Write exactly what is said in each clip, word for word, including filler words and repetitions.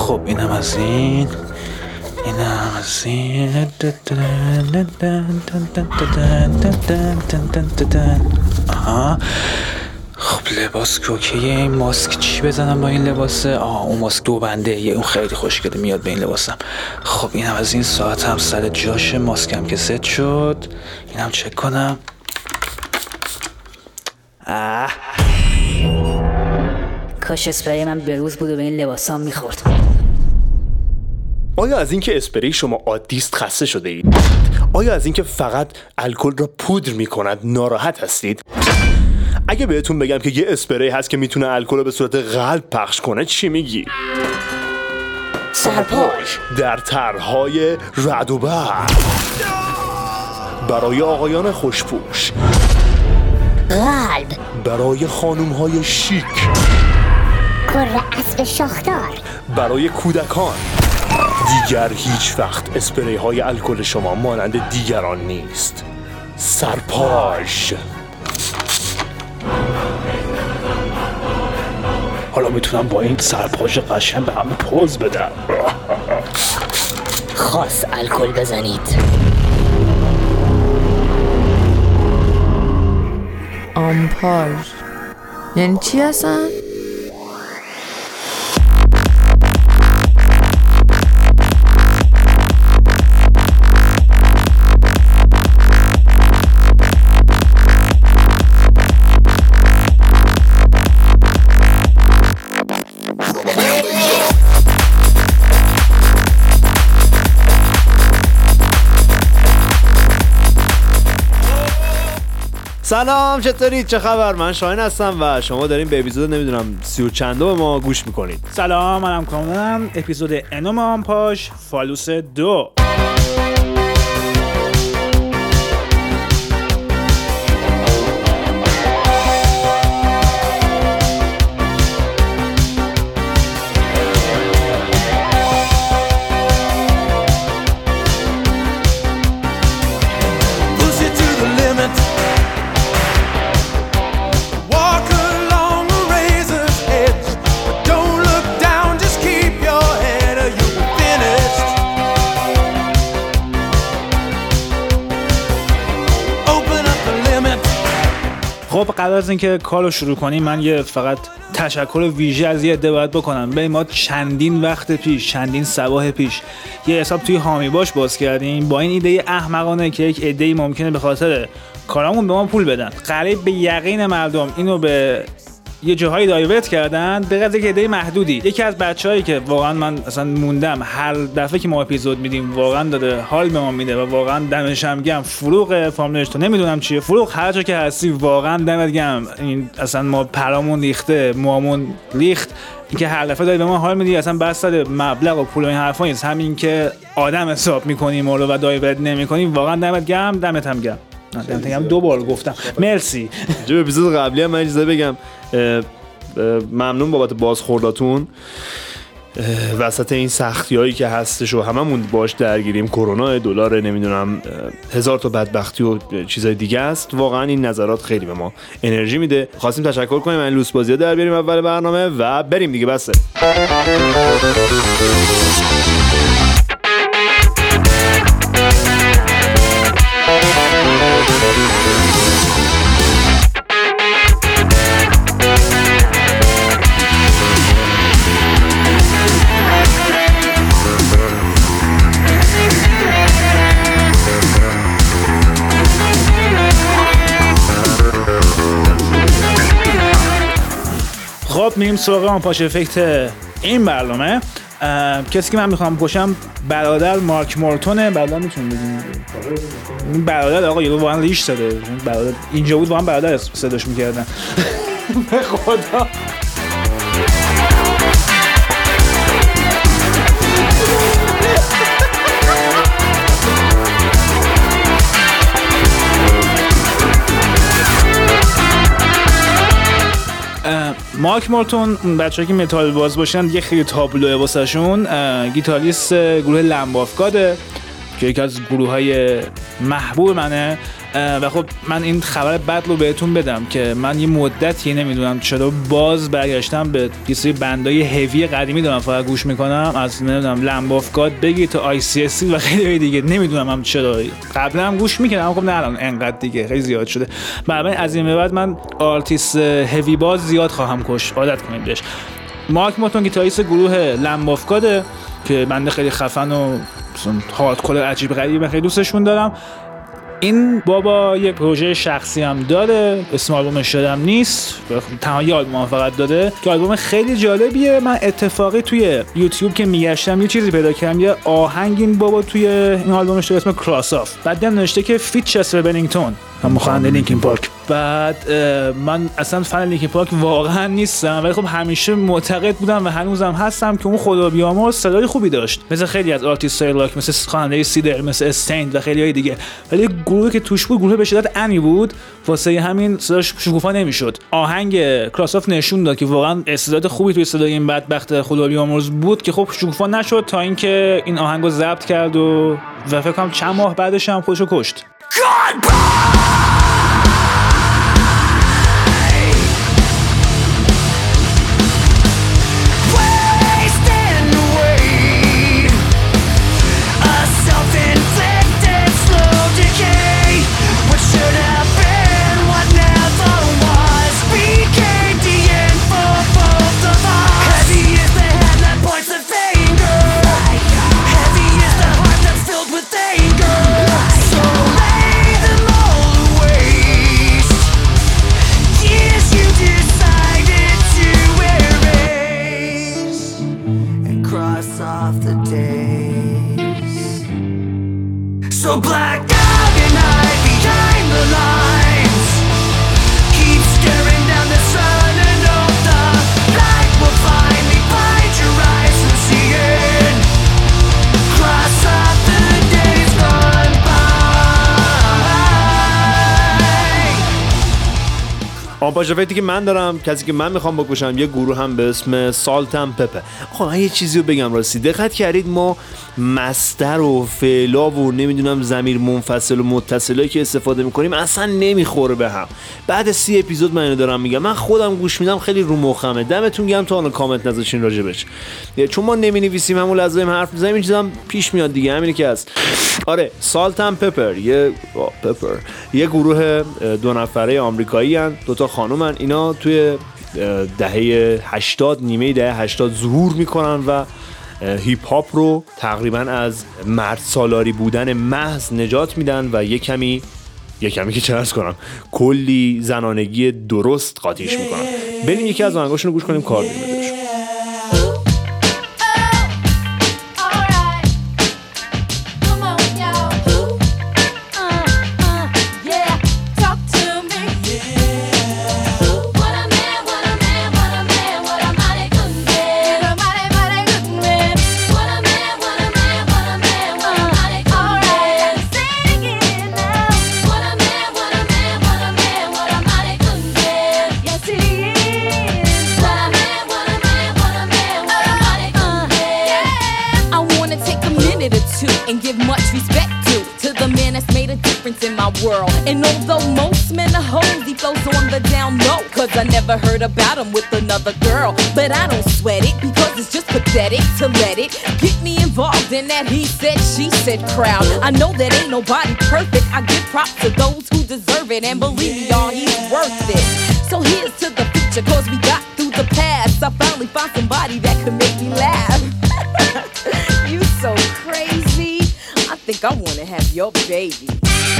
خب اینم از این اینم از این آها. خب لباس کوکیه. این ماسک چی بزنم با این لباسه؟ آه اون ماسک دو بنده یه، اون خیلی خوشگله میاد به این لباسم. خب اینم از این. ساعتم سر جاشه، ماسکم که ست شد. اینم چک کنم. آه کاش اسپری من به روز بود و به این لباسام میخورد. آیا از اینکه اسپری شما عادیست خسته شده اید؟ آیا از اینکه فقط الکل را پودر میکند ناراحت هستید؟ اگه بهتون بگم که یه اسپری هست که میتونه الکل رو به صورت قلب پخش کنه چی میگی؟ سرپاش در طرح‌های رعد و برق برای آقایان خوشپوش، قلب برای خانوم‌های شیک، کره اسب شاخدار، برای کودکان. دیگر هیچ وقت اسپری های الکل شما مانند دیگران نیست. سرپاش. حالا میتونم با این سرپاش قشنگ به همه پوز بدم. خاص الکل بزنید. آمپاژ یعنی چی هستن؟ سلام، چطورید؟ چه خبر؟ من شاهین هستم و شما دارین به اپیزود نمیدونم سی و چندم ما گوش میکنید. سلام، منم کاملم. اپیزود انوم آمپاژ فالوس دو. خب قبل از اینکه کارو شروع کنیم من یه فقط تشکر ویژه از یه عده باید بکنم. به ما چندین وقت پیش، چندین صباح پیش یه حساب توی هامی باش باز کردیم با این ایده احمقانه که یک عده‌ای ممکنه به خاطر کارامون به ما پول بدن. قریب به یقین مردم اینو به یه جاهایی دایورت کردن به قدر یک عده محدودی. یکی از بچه‌هایی که واقعا من اصلا موندم هر دفعه که ما اپیزود میدیم واقعا داره حال به ما میده و واقعا دمش هم گرم. فروغ فامیلش تو نمیدونم چیه. فروغ هر جا که هستی واقعا دمت گرم. این اصلا ما پرامون ریخته، موامون ریخت. اینکه هر دفعه داری به ما حال میدی، اصلا بس داره مبلغ و پول و این حرفا نیست، همین که آدم حساب می‌کنیم رو و دایورت نمی‌کنیم. واقعا دمت گرم، دمت هم گرم. من دو بار گفتم مرسی. جو اپیزود قبلی هم من اجازه بگم ممنون بابت بازخورداتون وسط این سختیایی که هستش و هممون باش درگیریم. کرونا، دلار، نمیدونم هزار تا بدبختی و چیزای دیگه است. واقعا این نظرات خیلی به ما انرژی میده. خواستیم تشکر کنیم این لوس بازی‌ها در بیاریم اول برنامه و بریم دیگه. بسه. خب میریم سراغ آمپاژ افکت این برنامه. کسی که من میخوام پشم برادر مارک مورتونه. برادر میتونیم بگیم این برادر آقا یه واقعا ریش زده. برادر اینجا بود واقعا برادر صداش میکردن. به خدا مارک مورتون بچه‌ها که متال باز باشن یه خیلی تابلوه واسهشون. گیتاریست گروه لمب آف گاده که یکی از گروه‌های محبوب منه. و خب من این خبر بد رو بهتون بدم که من یه مدتی نمیدونم چرا باز برگشتم به یه سری بندای هوی قدیمی دارم فقط گوش میکنم، از نمیدونم لمب آف گاد بگی تا آی سی اس و خیلی دیگه. نمیدونم هم چرا قبلا هم گوش میکردم، خب نه الان انقدر دیگه خیلی زیاد شده. بنابراین از این به بعد من آرتیست هوی باز زیاد خواهم کش، عادت کنید بهش. مارک موتون گیتاریست گروه لمب آف گاد که بنده خیلی خفن و هاردکور عجیب غریبه، خیلی دوستشون دارم. این بابا یه پروژه شخصی هم داره، اسم آلبومش یادم نیست، تنها یه آلبوم فقط داده که آلبوم خیلی جالبیه. من اتفاقی توی یوتیوب که میگشتم یه چیزی پیدا کردم، یه آهنگ این بابا توی این آلبومش داره اسم کراس آف، بعد هم نوشته که فیت چستر بنینگتون، هم خواننده لینکین پارک. بعد من اصلا فن لینکین پارک واقعا نیستم، ولی خب همیشه معتقد بودم و هنوزم هستم که اون خدا بیامرز صدای خوبی داشت، مثل خیلی از آرتیست‌های راک، مثل خواننده سیدر، مثل استیند و خیلی های دیگه. ولی گروهی که توش بود گروه به شدت انی بود، واسه همین صداش شکوفا نمیشد. آهنگ کراس آف نشون داد که واقعا استعداد خوبی توی صدای این بدبخت خدا بیامرز بود که خب شکوفا نشد تا اینکه این آهنگو ضبط کرد و و فکر کنم چند ماه بعدش هم خودشو کشت. So black out and hide behind the lines. Keep staring down the sun and hope the light will finally find your eyes and see it. Cross off the days gone by. آن پاژافتی که من دارم، کسی که من میخوام بکشم، یه گروه هم به اسم سالت اند پپر. خب من یه چیزی رو بگم راستی، دقت کردید ما مصدر و فعلا و نمیدونم ضمیر منفصل و متصلایی که استفاده میکنیم اصلا نمیخوره به هم. بعد سی اپیزود من اینو دارم میگم، من خودم گوش میدم خیلی رو مخمه. دمتون گرم تا الان کامنت نذاشتین راجبش، چون ما نمینویسیم همون لحظه حرف میزنیم، این چیزا پیش میاد دیگه، همینه که هست. آره سالت اند پپر یه پپر یه گروه دو نفره آمریکایی ان، دو تا خانومن. اینا توی دهه هشتاد، نیمه دهه هشتاد ظهور میکنن و هیپ هاپ رو تقریبا از مرد سالاری بودن محض نجات میدن و یه کمی یه کمی که چه عرض کنم کلی زنانگی درست قاطیش میکنن. بریم یکی از آهنگاشون رو گوش کنیم، کار داریم بدهشون. And give much respect to to the man that's made a difference in my world. And although most men are hoes, he flows on the down low, cause I never heard about him with another girl. But I don't sweat it, because it's just pathetic to let it get me involved in that he said, she said crowd. I know that ain't nobody perfect, I give props to those who deserve it, and believe me y'all, he's worth it. So here's to the future, cause we got through the past. I finally found somebody that could make me laugh. You so crazy, I think I wanna have your baby.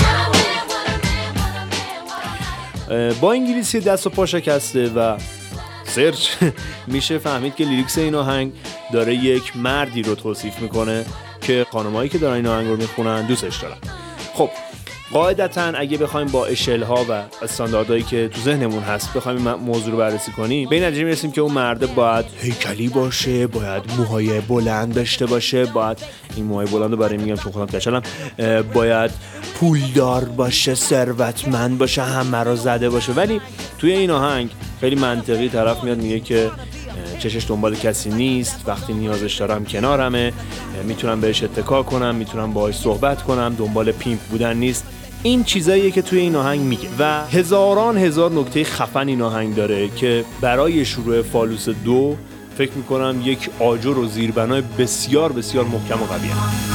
با انگلیسی دست و پا شکسته و سرچ میشه فهمید که لیریکس این آهنگ داره یک مردی رو توصیف میکنه که خانمایی که دارن این آهنگ رو میخونن دوستش دارن. خب قاعدتاً اگه بخوایم با اشل‌ها و استانداردهایی که تو ذهنمون هست بخوایم این موضوع رو بررسی کنیم، به این نتیجه میرسیم که اون مرد باید هیکلی باشه، باید موهای بلند داشته باشه، باید این موهای بلند رو برای میگم چون خودم کچلم، باید پولدار باشه، ثروتمند باشه، همه رو زده باشه. ولی توی این آهنگ خیلی منطقی طرف میاد میگه که چشش دنبال کسی نیست، وقتی نیازش دارم کنارمه، میتونم بهش اتکا کنم، میتونم باهاش صحبت کنم، دنبال پیمپ بودن نیست. این چیزاییه که توی این آهنگ میگه و هزاران هزار نکته خفن این آهنگ داره که برای شروع فالوس دو فکر میکنم یک آجر و زیربنای بسیار بسیار محکم و قویه.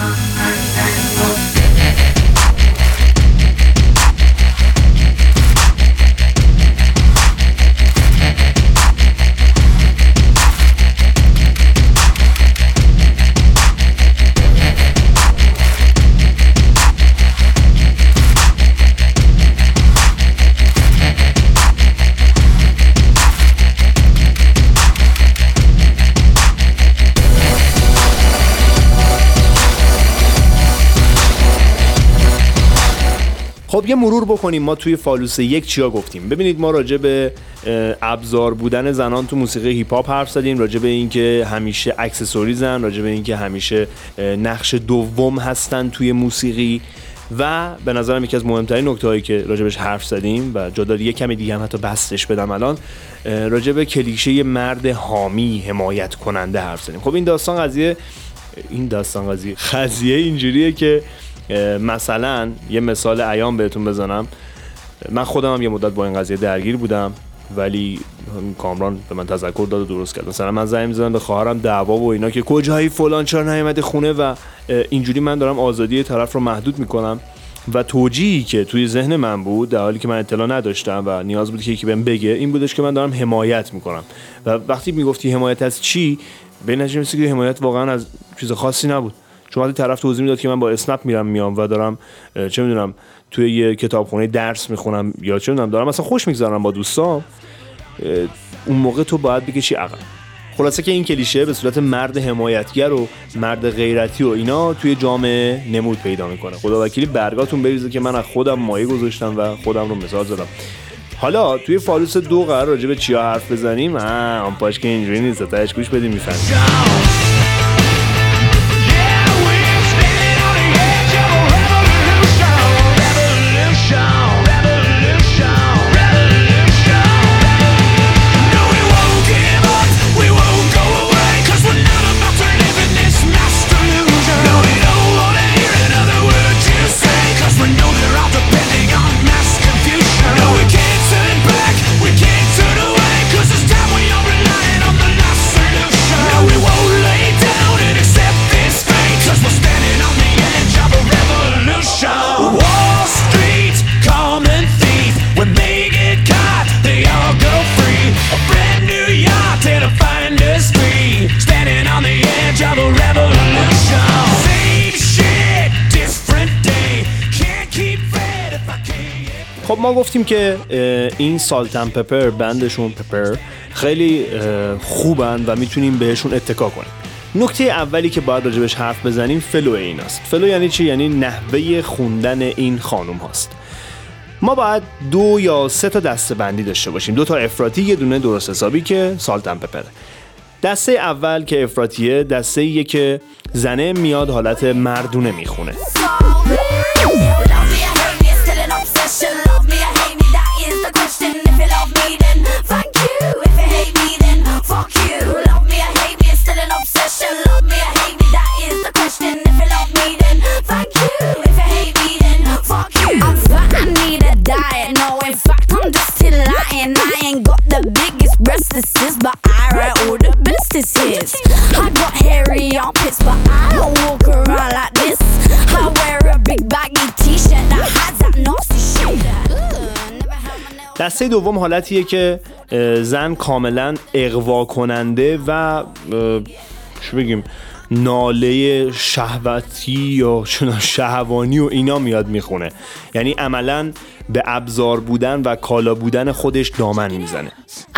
خب یه مرور بکنیم ما توی فالوس یک چیا گفتیم. ببینید ما راجع به ابزار بودن زنان تو موسیقی هیپ هاپ حرف زدیم، راجع به اینکه همیشه اکسسوریزن، راجع به اینکه همیشه نقش دوم هستن توی موسیقی و به نظرم یکی از مهمترین نکته‌هایی که راجع بهش حرف زدیم و جا داره یه کمی دیگه هم حتی بستش بدم الان، راجع به کلیشه مرد حامی حمایت کننده حرف زدیم. خب این داستان قضیه این داستان قضیه قضیه اینجوریه که مثلا یه مثال عیان بهتون بزنم، من خودم هم یه مدت با این قضیه درگیر بودم ولی کامران به من تذکر داد و درست کرد. مثلا من زنگ می‌زدم به خواهرم دعوا و اینا که کجایی فلان چرا نیومده خونه و اینجوری من دارم آزادی طرف رو محدود میکنم و توجیهی که توی ذهن من بود در حالی که من اطلاع نداشتم و نیاز بود که یکی بهم بگه این بودش که من دارم حمایت میکنم. و وقتی میگفتی حمایت از چی، به نتیجه میرسی که حمایت واقعا از چیز خاصی نبود. چون وقتی طرف توضیح میداد که من با اسنپ میرم میام و دارم چه میدونم توی یه کتابخونه درس میخونم یا چه میدونم دارم مثلا خوش میگذرونم با دوستام، اون موقع تو باید بکشی عقب. خلاصه که این کلیشه به صورت مرد حمایتگر و مرد غیرتی و اینا توی جامعه نمود پیدا میکنه. خدا وکیلی برگاتون بریزه که من از خودم مایه گذاشتم و خودم رو مثال زدم. حالا توی فالوس دو قرار راجع به چیا حرف بزنیم؟ آ اون پاش که اینجوری نیست، تاش گوش بدیم میفهمید. خب ما گفتیم که این سالت اند پپر بندشون پپر خیلی خوبن و میتونیم بهشون اتکا کنیم. نکته اولی که باید راجبش حرف بزنیم فلو ایناست. فلو یعنی چی؟ یعنی نحوه خوندن این خانم هاست. ما باید دو یا سه تا دسته بندی داشته باشیم، دو تا افراطی یه دونه درست حسابی که سالت اند پپر. دسته اول که افراطیه دسته ایه که زنه میاد حالت مردونه میخونه. دسته دوم حالتیه که زن کاملا اغوا کننده و چه بگیم ناله شهوتی یا شهوانی و اینا میاد میخونه، یعنی عملا به ابزار بودن و کالا بودن خودش دامن میزنه.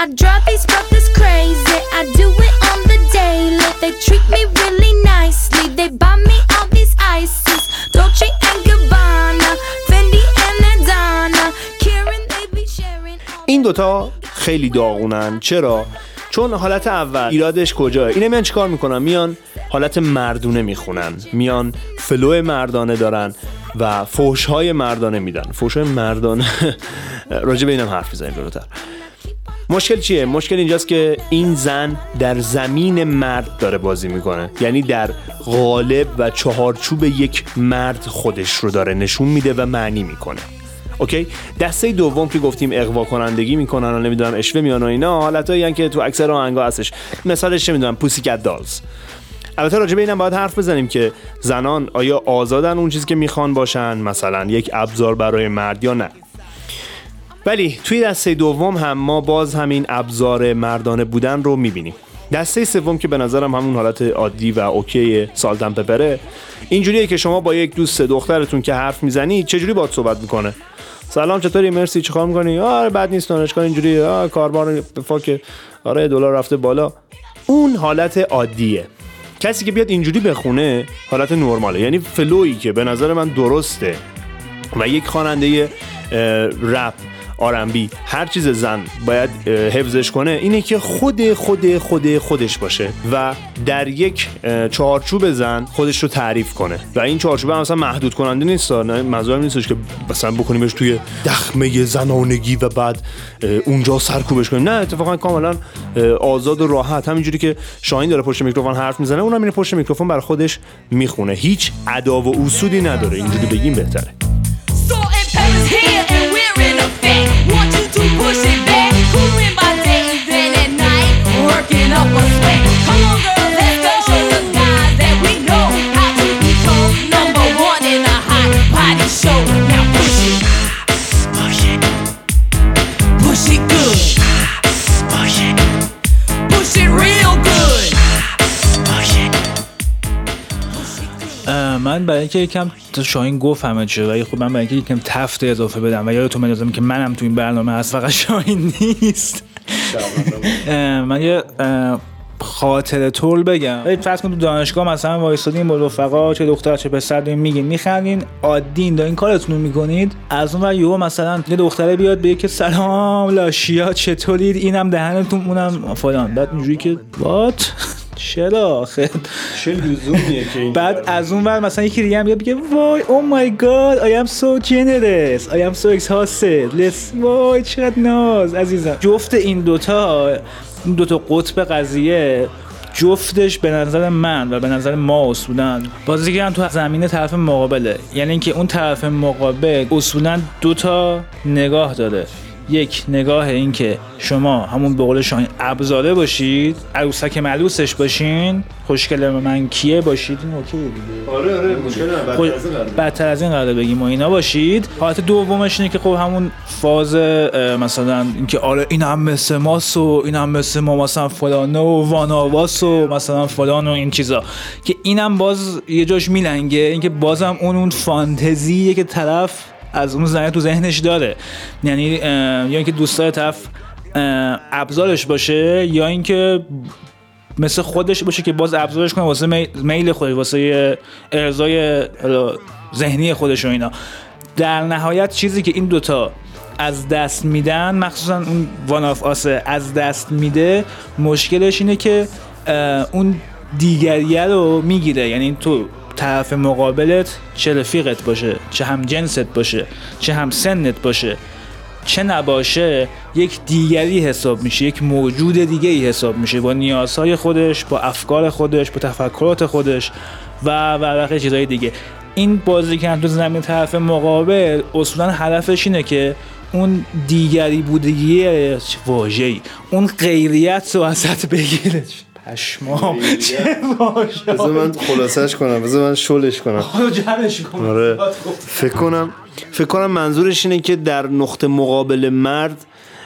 این دوتا خیلی داغونن. چرا؟ چون حالت اول ایرادش کجاه؟ اینا میان چیکار میکنن؟ میان حالت مردونه میخونن، میان فلو مردانه دارن و فحش‌های مردانه میدن. فحش‌های مردانه راجع به اینم حرف میزنیم جلوتر. مشکل چیه؟ مشکل اینجاست که این زن در زمین مرد داره بازی میکنه، یعنی در قالب و چهارچوب یک مرد خودش رو داره نشون میده و معنی میکنه. اوکی؟ دسته دوم که گفتیم اغوا کنندگی میکنن و نمیدونم اشوه میان و اینا، حالتایی که تو اکثر آهنگا هستش. مثالش چه میدونم پوسیکت دالز. البته راجع به اینم باید حرف بزنیم که زنان آیا آزادن اون چیزی که میخوان باشن، مثلا یک ابزار برای مرد یا نه. ولی توی دسته دوم هم ما باز همین ابزار مردانه بودن رو میبینیم. دسته سوم که به نظرم همون حالت عادی و اوکی سالت اند پپره، اینجوریه که شما با یک دوست دخترتون که حرف میزنی چجوری باهات صحبت میکنه؟ سلام چطوری، مرسی، چیکار میکنی؟ آره بد نیست، دانشگاه اینجوری، آره کاربار فاک، آره دلار رفته بالا. اون حالت عادیه. کسی که بیاد اینجوری بخونه حالت نرماله، یعنی فلویی که به نظر من درسته و یک خواننده رپ آر ام بی هر چیز زن باید حفظش کنه اینه که خود خود خود خودش باشه و در یک چهارچوب زن خودش رو تعریف کنه و این چهارچوب هم مثلا محدود کننده نیست، نه منظورم نیستش که مثلا بکنیمش توی دخمه زنانگی و بعد اونجا سرکوبش کنیم، نه اتفاقا کاملا آزاد و راحت، همینجوری که شاهین داره پشت میکروفون حرف میزنه اونم میره پشت میکروفون بر خودش میخونه، هیچ ادا و اصولی نداره، اینجوری بگیم بهتره. Want you to push it back, cooling my days then at night, working up a sweat. Come on girl, let's go show the guys that we know how to become number one in a hot body show. Now push it, push it, push it good, push it, push it real good, push it. من برای اینکه یکم شاهین گفت همه چیه ولی خب من برای اینکه یکم تفت اضافه بدم و یادتون بندازم که منم تو این برنامه هست فقط شاهین نیست. من یه خاطره طول بگم. فرض کن تو دانشگاه مثلا وایسادین با رفقا، چه دختر چه پسر دارین میگین میخندین عادین دارین کارتون رو میکنید، از اون ور یهو مثلا یه دختره بیاد بگه که سلام لاشیا چطورید، اینم دهنتون اونم فلان، بعد اینجوری که وات چرا آخه چه لزومیه که این بعد از اون ور مثلا یکی دیگه هم بیاد بگه وای او مای گاد I am so generous I am so exhausted let's وای چقدر ناز عزیزم. جفت این دوتا این دوتا قطب قضیه جفتش به نظر من و به نظر ما اصولا بازیگران تو زمینه طرف مقابله، یعنی اینکه اون طرف مقابل اصولا دوتا نگاه داره. یک نگاه این که شما همون به قول شاهین ابزاره باشید، عروسک ملوسش باشین، خوشگل من کیه باشید، این اوکی دیگه. آره آره مشکل نداره، بدتر از این قراره بدتر از این قراره بگیم و اینا باشید. حالت دومش اینه که خب همون فاز مثلا اینکه آره این هم مثل ماست و این هم مثل ما مثلا فلان و واناواس و مثلا فلان و این چیزا که اینم باز یه جاش میلنگه، اینکه بازم اون اون فانتزیه که طرف از اون زنه تو ذهنش داره، یعنی یا اینکه دوستای طرف ابزارش باشه یا اینکه مثل خودش باشه که باز ابزارش کنه واسه میل خودش، واسه ارضای ذهنی خودش و اینا. در نهایت چیزی که این دوتا از دست میدن، مخصوصا اون وان آف آسه از دست میده، مشکلش اینه که اون دیگریه رو میگیره، یعنی تو طرف مقابلت چه رفیقت باشه، چه هم جنست باشه، چه هم سنت باشه، چه نباشه، یک دیگری حساب میشه، یک موجود دیگری حساب میشه با نیازهای خودش، با افکار خودش، با تفکرات خودش و و بقیه چیزهای دیگه. این بازی که تو زمین طرف مقابل اصولا هدفش اینه که اون دیگری بودگی واژه‌ای، اون غیریت رو ازت بگیره. پشمام چه باشه. بذار من خلاصش کنم، بذار من شلش کنم، خودو جمعش کنم. آره فکر کنم فکر کنم منظورش اینه که در نقطه مقابل مرد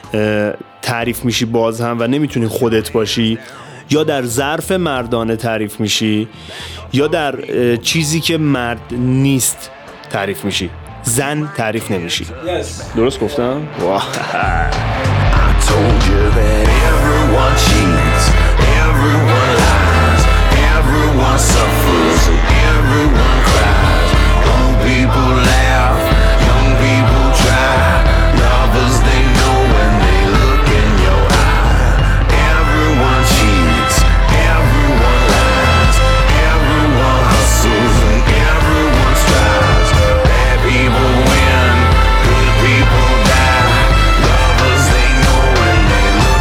تعریف میشی باز هم و نمیتونی خودت باشی، یا در ظرف مردانه تعریف میشی یا در چیزی که مرد نیست تعریف میشی، زن تعریف نمیشی. yes. درست گفتم؟ واه. I told you that everyone cheats, everyone lies, everyone suffers, everyone cries. Young people laugh, young people try. Lovers they know when they look in your eye. Everyone cheats, everyone lies, everyone hustles and everyone strives. Bad people win, good people die. Lovers they know when they look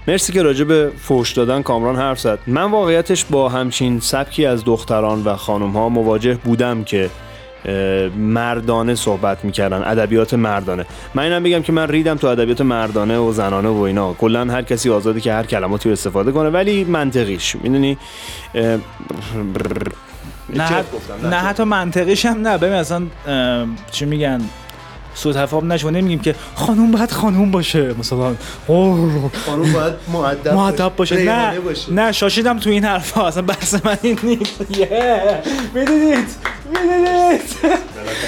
مرسی که راجع به فحش دادن کامران حرف زد. من واقعیتش با همچین سبکی از دختران و خانم‌ها مواجه بودم که مردانه صحبت میکردن، ادبیات مردانه. من اینم بگم که من ریدم تو ادبیات مردانه و زنانه و اینا. کلا هر کسی آزاده که هر کلماتی رو استفاده کنه، ولی منطقیش میدونی. نه حت... نه حتی منطقیش هم نه. ببین اصلا چی میگن، سوء تفاهم نشه. نمیگیم که خانوم باید خانوم باشه، مثلا خانوم باید مؤدب مؤدب باشه. نه باشه. نه شاشیدم تو این حرفا، اصلا بحث من این نیست. میدونید میدونید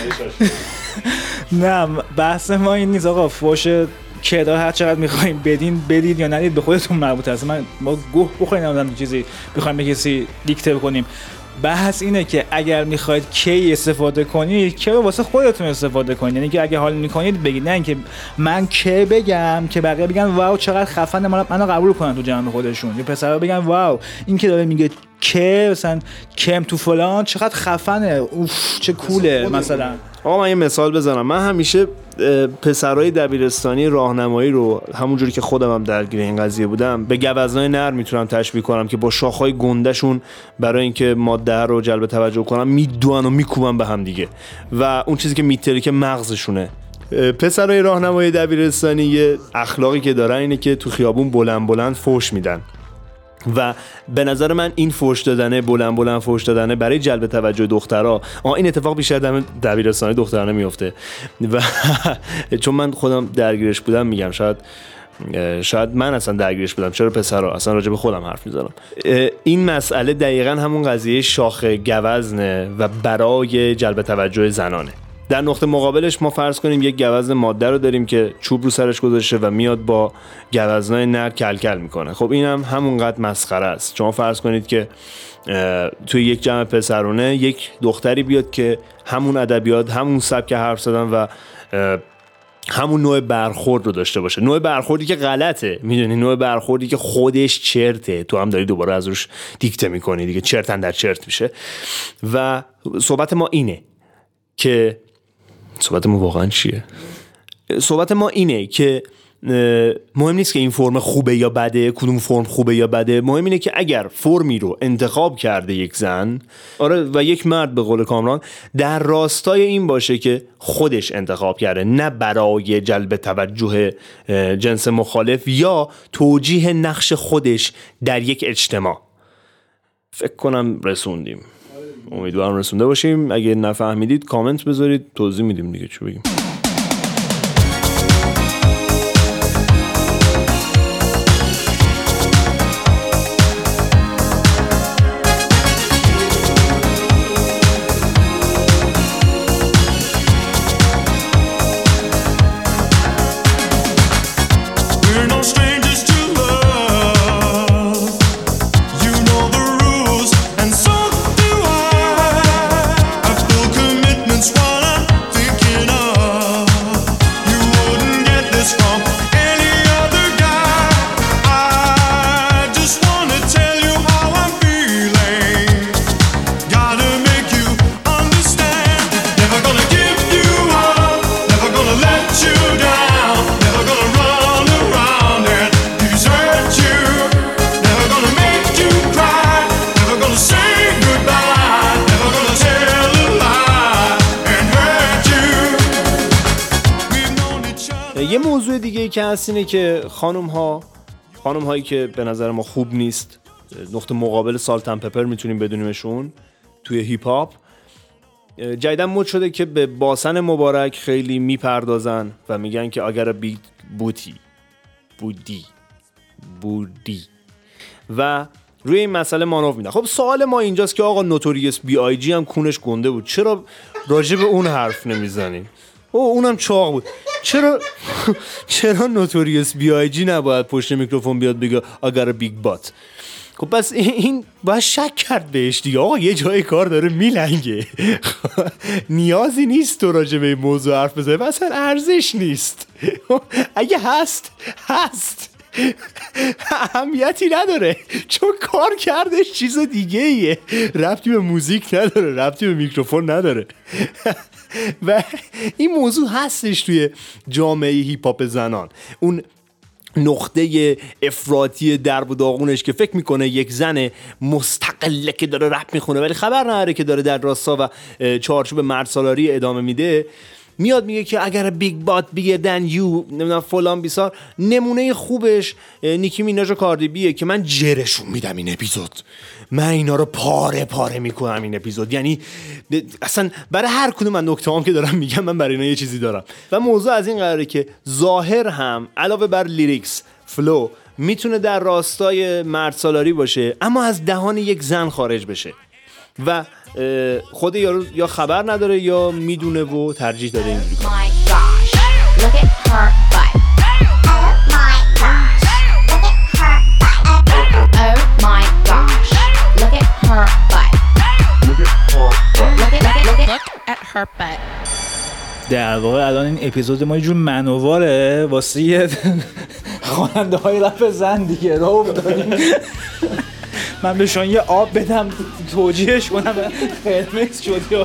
نه بحث ما این نیست آقا. فوش کدا هر چقدر میخوایم بدین بدید یا ندید به خودتون مربوطه. اصلا من ما گوه بخوریم نمیدونم چیزی بخوایم به کسی دیکته کنیم. بحث اینه که اگر میخواید کی استفاده کنید کی واسه خودتون استفاده کنید. یعنی که اگه حال میکنید بگید، نه اینکه من کی بگم که بقیه بگن واو چقدر خفنه، منو قبول کنن تو جمع خودشون. یا پسرا بگن واو این که داره میگه که مثلا کم تو فلان چقدر خفنه، اوف چه کوله مثلا. آقا من یه مثال بزنم. من همیشه پسرای دبیرستانی راهنمایی رو همونجوری که خودم هم درگیر این قضیه بودم به گوزنای نر میتونم تشبیه کنم که با شاخهای گندهشون برای اینکه ماده رو جلب توجه کنم میدوئن و میکوبن به هم دیگه و اون چیزی که میترکه مغزشونه. پسرای راهنمایی دبیرستانی یه اخلاقی که دارن اینه که تو خیابون بلند بلند فحش میدن و به نظر من این فحش دادنه، بلند بلند فحش دادنه برای جلب توجه دخترها، آ این اتفاق بیشتر در دبیرستانی دخترانه میفته و چون من خودم درگیرش بودم میگم شاید شاید من اصلا درگیرش بودم، چرا پسرها، اصلا راجع به خودم حرف میزنم. این مسئله دقیقاً همون قضیه شاخ گوزنه و برای جلب توجه زنانه. در نقطه مقابلش ما فرض کنیم یک گوزن ماده رو داریم که چوب رو سرش گذاشته و میاد با گوزنای نر کلکل میکنه. خب این هم همونقدر مسخره است. شما فرض کنید که توی یک جمع پسرونه یک دختری بیاد که همون ادبیات، همون سبک حرف زدن و همون نوع برخورد رو داشته باشه، نوع برخوردی که غلطه، میدونی، نوع برخوردی که خودش چرته، تو هم داری دوباره از روش دیکته میکنی دیگه، چرتن در چرت میشه. و صحبت ما اینه که صحبت ما واقعا چیه؟ صحبت ما اینه که مهم نیست که این فرم خوبه یا بده، کدوم فرم خوبه یا بده. مهم اینه که اگر فرمی رو انتخاب کرده یک زن، آره، و یک مرد به قول کامران، در راستای این باشه که خودش انتخاب کرده، نه برای جلب توجه جنس مخالف یا توجیه نقش خودش در یک اجتماع. فکر کنم رسوندیم. امیدوارم رسونده باشیم. اگه نفهمیدید کامنت بذارید، توضیح میدیم دیگه، چی بگیم. یه موضوع دیگه که هست اینه که خانم ها خانم هایی که به نظر ما خوب نیست، نقطه مقابل سالت اند پپر میتونیم بدونیمشون توی هیپ هاپ، جدیدن مد شده که به باسن مبارک خیلی میپردازن و میگن که اگر بیت بوتی بودی بودی و روی این مسئله مانور میدن. خب سوال ما اینجاست که آقا نوتوریوس بی آی جی هم کونش گنده بود، چرا راجع به اون حرف نمیزنیم؟ او اونم چاق بود، چرا چرا نوتوریوس بی آی جی نباید پشت میکروفون بیاد بگه اگر بیگ بات؟ خب پس این باید شک کرد بهش دیگه. آقا یه جای کار داره میلنگه، نیازی نیست تو راجع به این موضوع حرف بزنی، اصلا ارزش نیست. اگه هست هست اهمیتی نداره، چون کار کردش چیز دیگه ایه، ربطی به موزیک نداره، ربطی به میکروفون نداره. و این موضوع هستش توی جامعه هیپ هاپ زنان. اون نقطه افراطی درب و داغونش که فکر میکنه یک زن مستقله که داره رپ میخونه ولی خبر نداره که داره در راستا و چارچوب مرد سالاری ادامه میده، میاد میگه که اگر بیگ بات بیگر دن یو نمیدونم فلان بیسار. نمونه خوبش نیکی میناژ و کاردی بیه که من جرشون میدم این اپیزود، من اینا رو پاره پاره میکنم این اپیزود. یعنی اصلا برای هر کدوم من نکته هم که دارم میگم من برای اینا یه چیزی دارم. و موضوع از این قراره که ظاهر هم علاوه بر لیریکس فلو میتونه در راستای مرد سالاری باشه اما از دهان یک زن خارج بشه و خود یارو یا خبر نداره یا میدونه و ترجیح داده اینجوری. در واقع الان این اپیزود ما یه جور منواره واسه یه خواننده های رپ زن دیگه راه افتادیم. من به شما یه آب بدم توجیهش کنم قرمز شد یارو.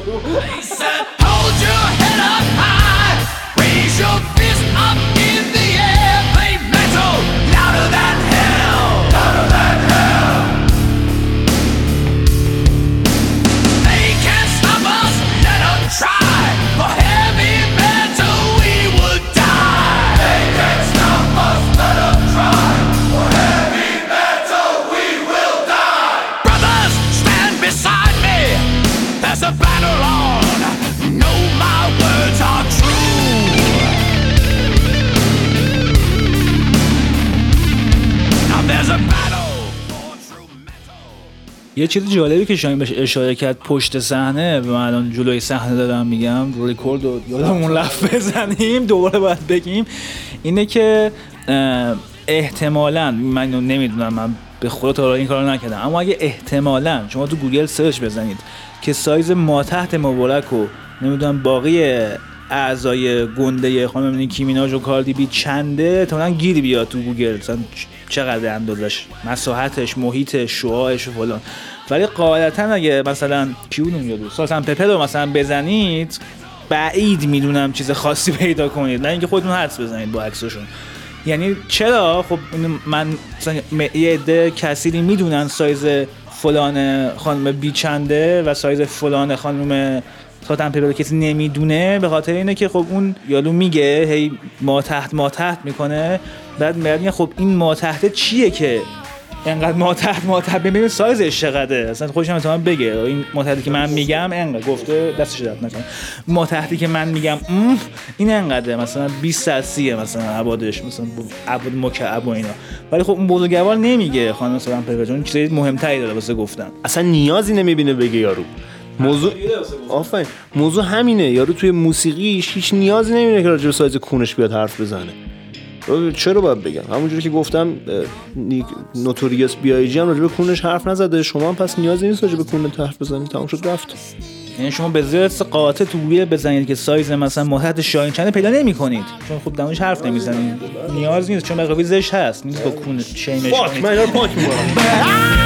یه چیز جالبی که شاید بهش اشاره کرد پشت صحنه و من الان جلوی صحنه دارم میگم ریکورد رو یادمون رفت بزنیم دوباره باید بگیم اینه که احتمالاً من نمیدونم من به خدا تا این کارو نکردم اما اگه احتمالاً شما تو گوگل سرچ بزنید که سایز ما تحت مبارک و نمیدونم باقی اعضای گنده خانم نیکی میناژ و کاردی بی چنده احتمالاً گیر بیاد تو گوگل مثلا چقدر اندازش مساحتش محیطش شعاعش و فلان. ولی قاعدتا اگه مثلا کیونون یا دو سالتن پپر رو مثلا بزنید بعید میدونم چیز خاصی پیدا کنید نه اینکه خودتون حدس بزنید با عکسشون. یعنی چرا خب من مثلا یه عده کثیری میدونن سایز فلان خانم بی چنده و سایز فلان خانم ساتن پیپر کسی نمیدونه به خاطر اینه که خب اون یالو میگه هی ما تحت ما تحت میکنه بعد میگه خب این ما تحت چیه که انقدر ما تحت ما تحت ببین سایزش چقدره اصلا خودش هم تمام بگه این ما تحتی که من میگم انقدر گفته دستش درد نکنه ما تحتی که من میگم این انقدره مثلا بیست تا سی مثلا ابعادش مثلا ابعاد مکعب و اینا ولی خب اون بزرگوار نمیگه خانم ساتن پیپر چون چیز مهمتری داره واسه گفتن اصلا نیازی نمیبینه بگه یارو موضوع آفرین موضوع همینه یارو توی موسیقیش هیچ نیازی نمیبینه که راجع به سایز کونش بیاد حرف بزنه. چرا باید بگم همونجوری که گفتم نوتوریوس بی آی جی هم راجع به کونش حرف نزده شما هم پس نیازی نیست راجع به کونت حرف بزنید تمام شد رفت. یعنی شما به زیرت قاطع تو گوگل بزنید که سایز مثلا محدد شاهین چنده پیدا نمی‌کنید چون خب دمش حرف نمیزنید نیاز نیست چون بقیه زش هست نیست با کون شیمش فاک من اینا پاک می‌کنم.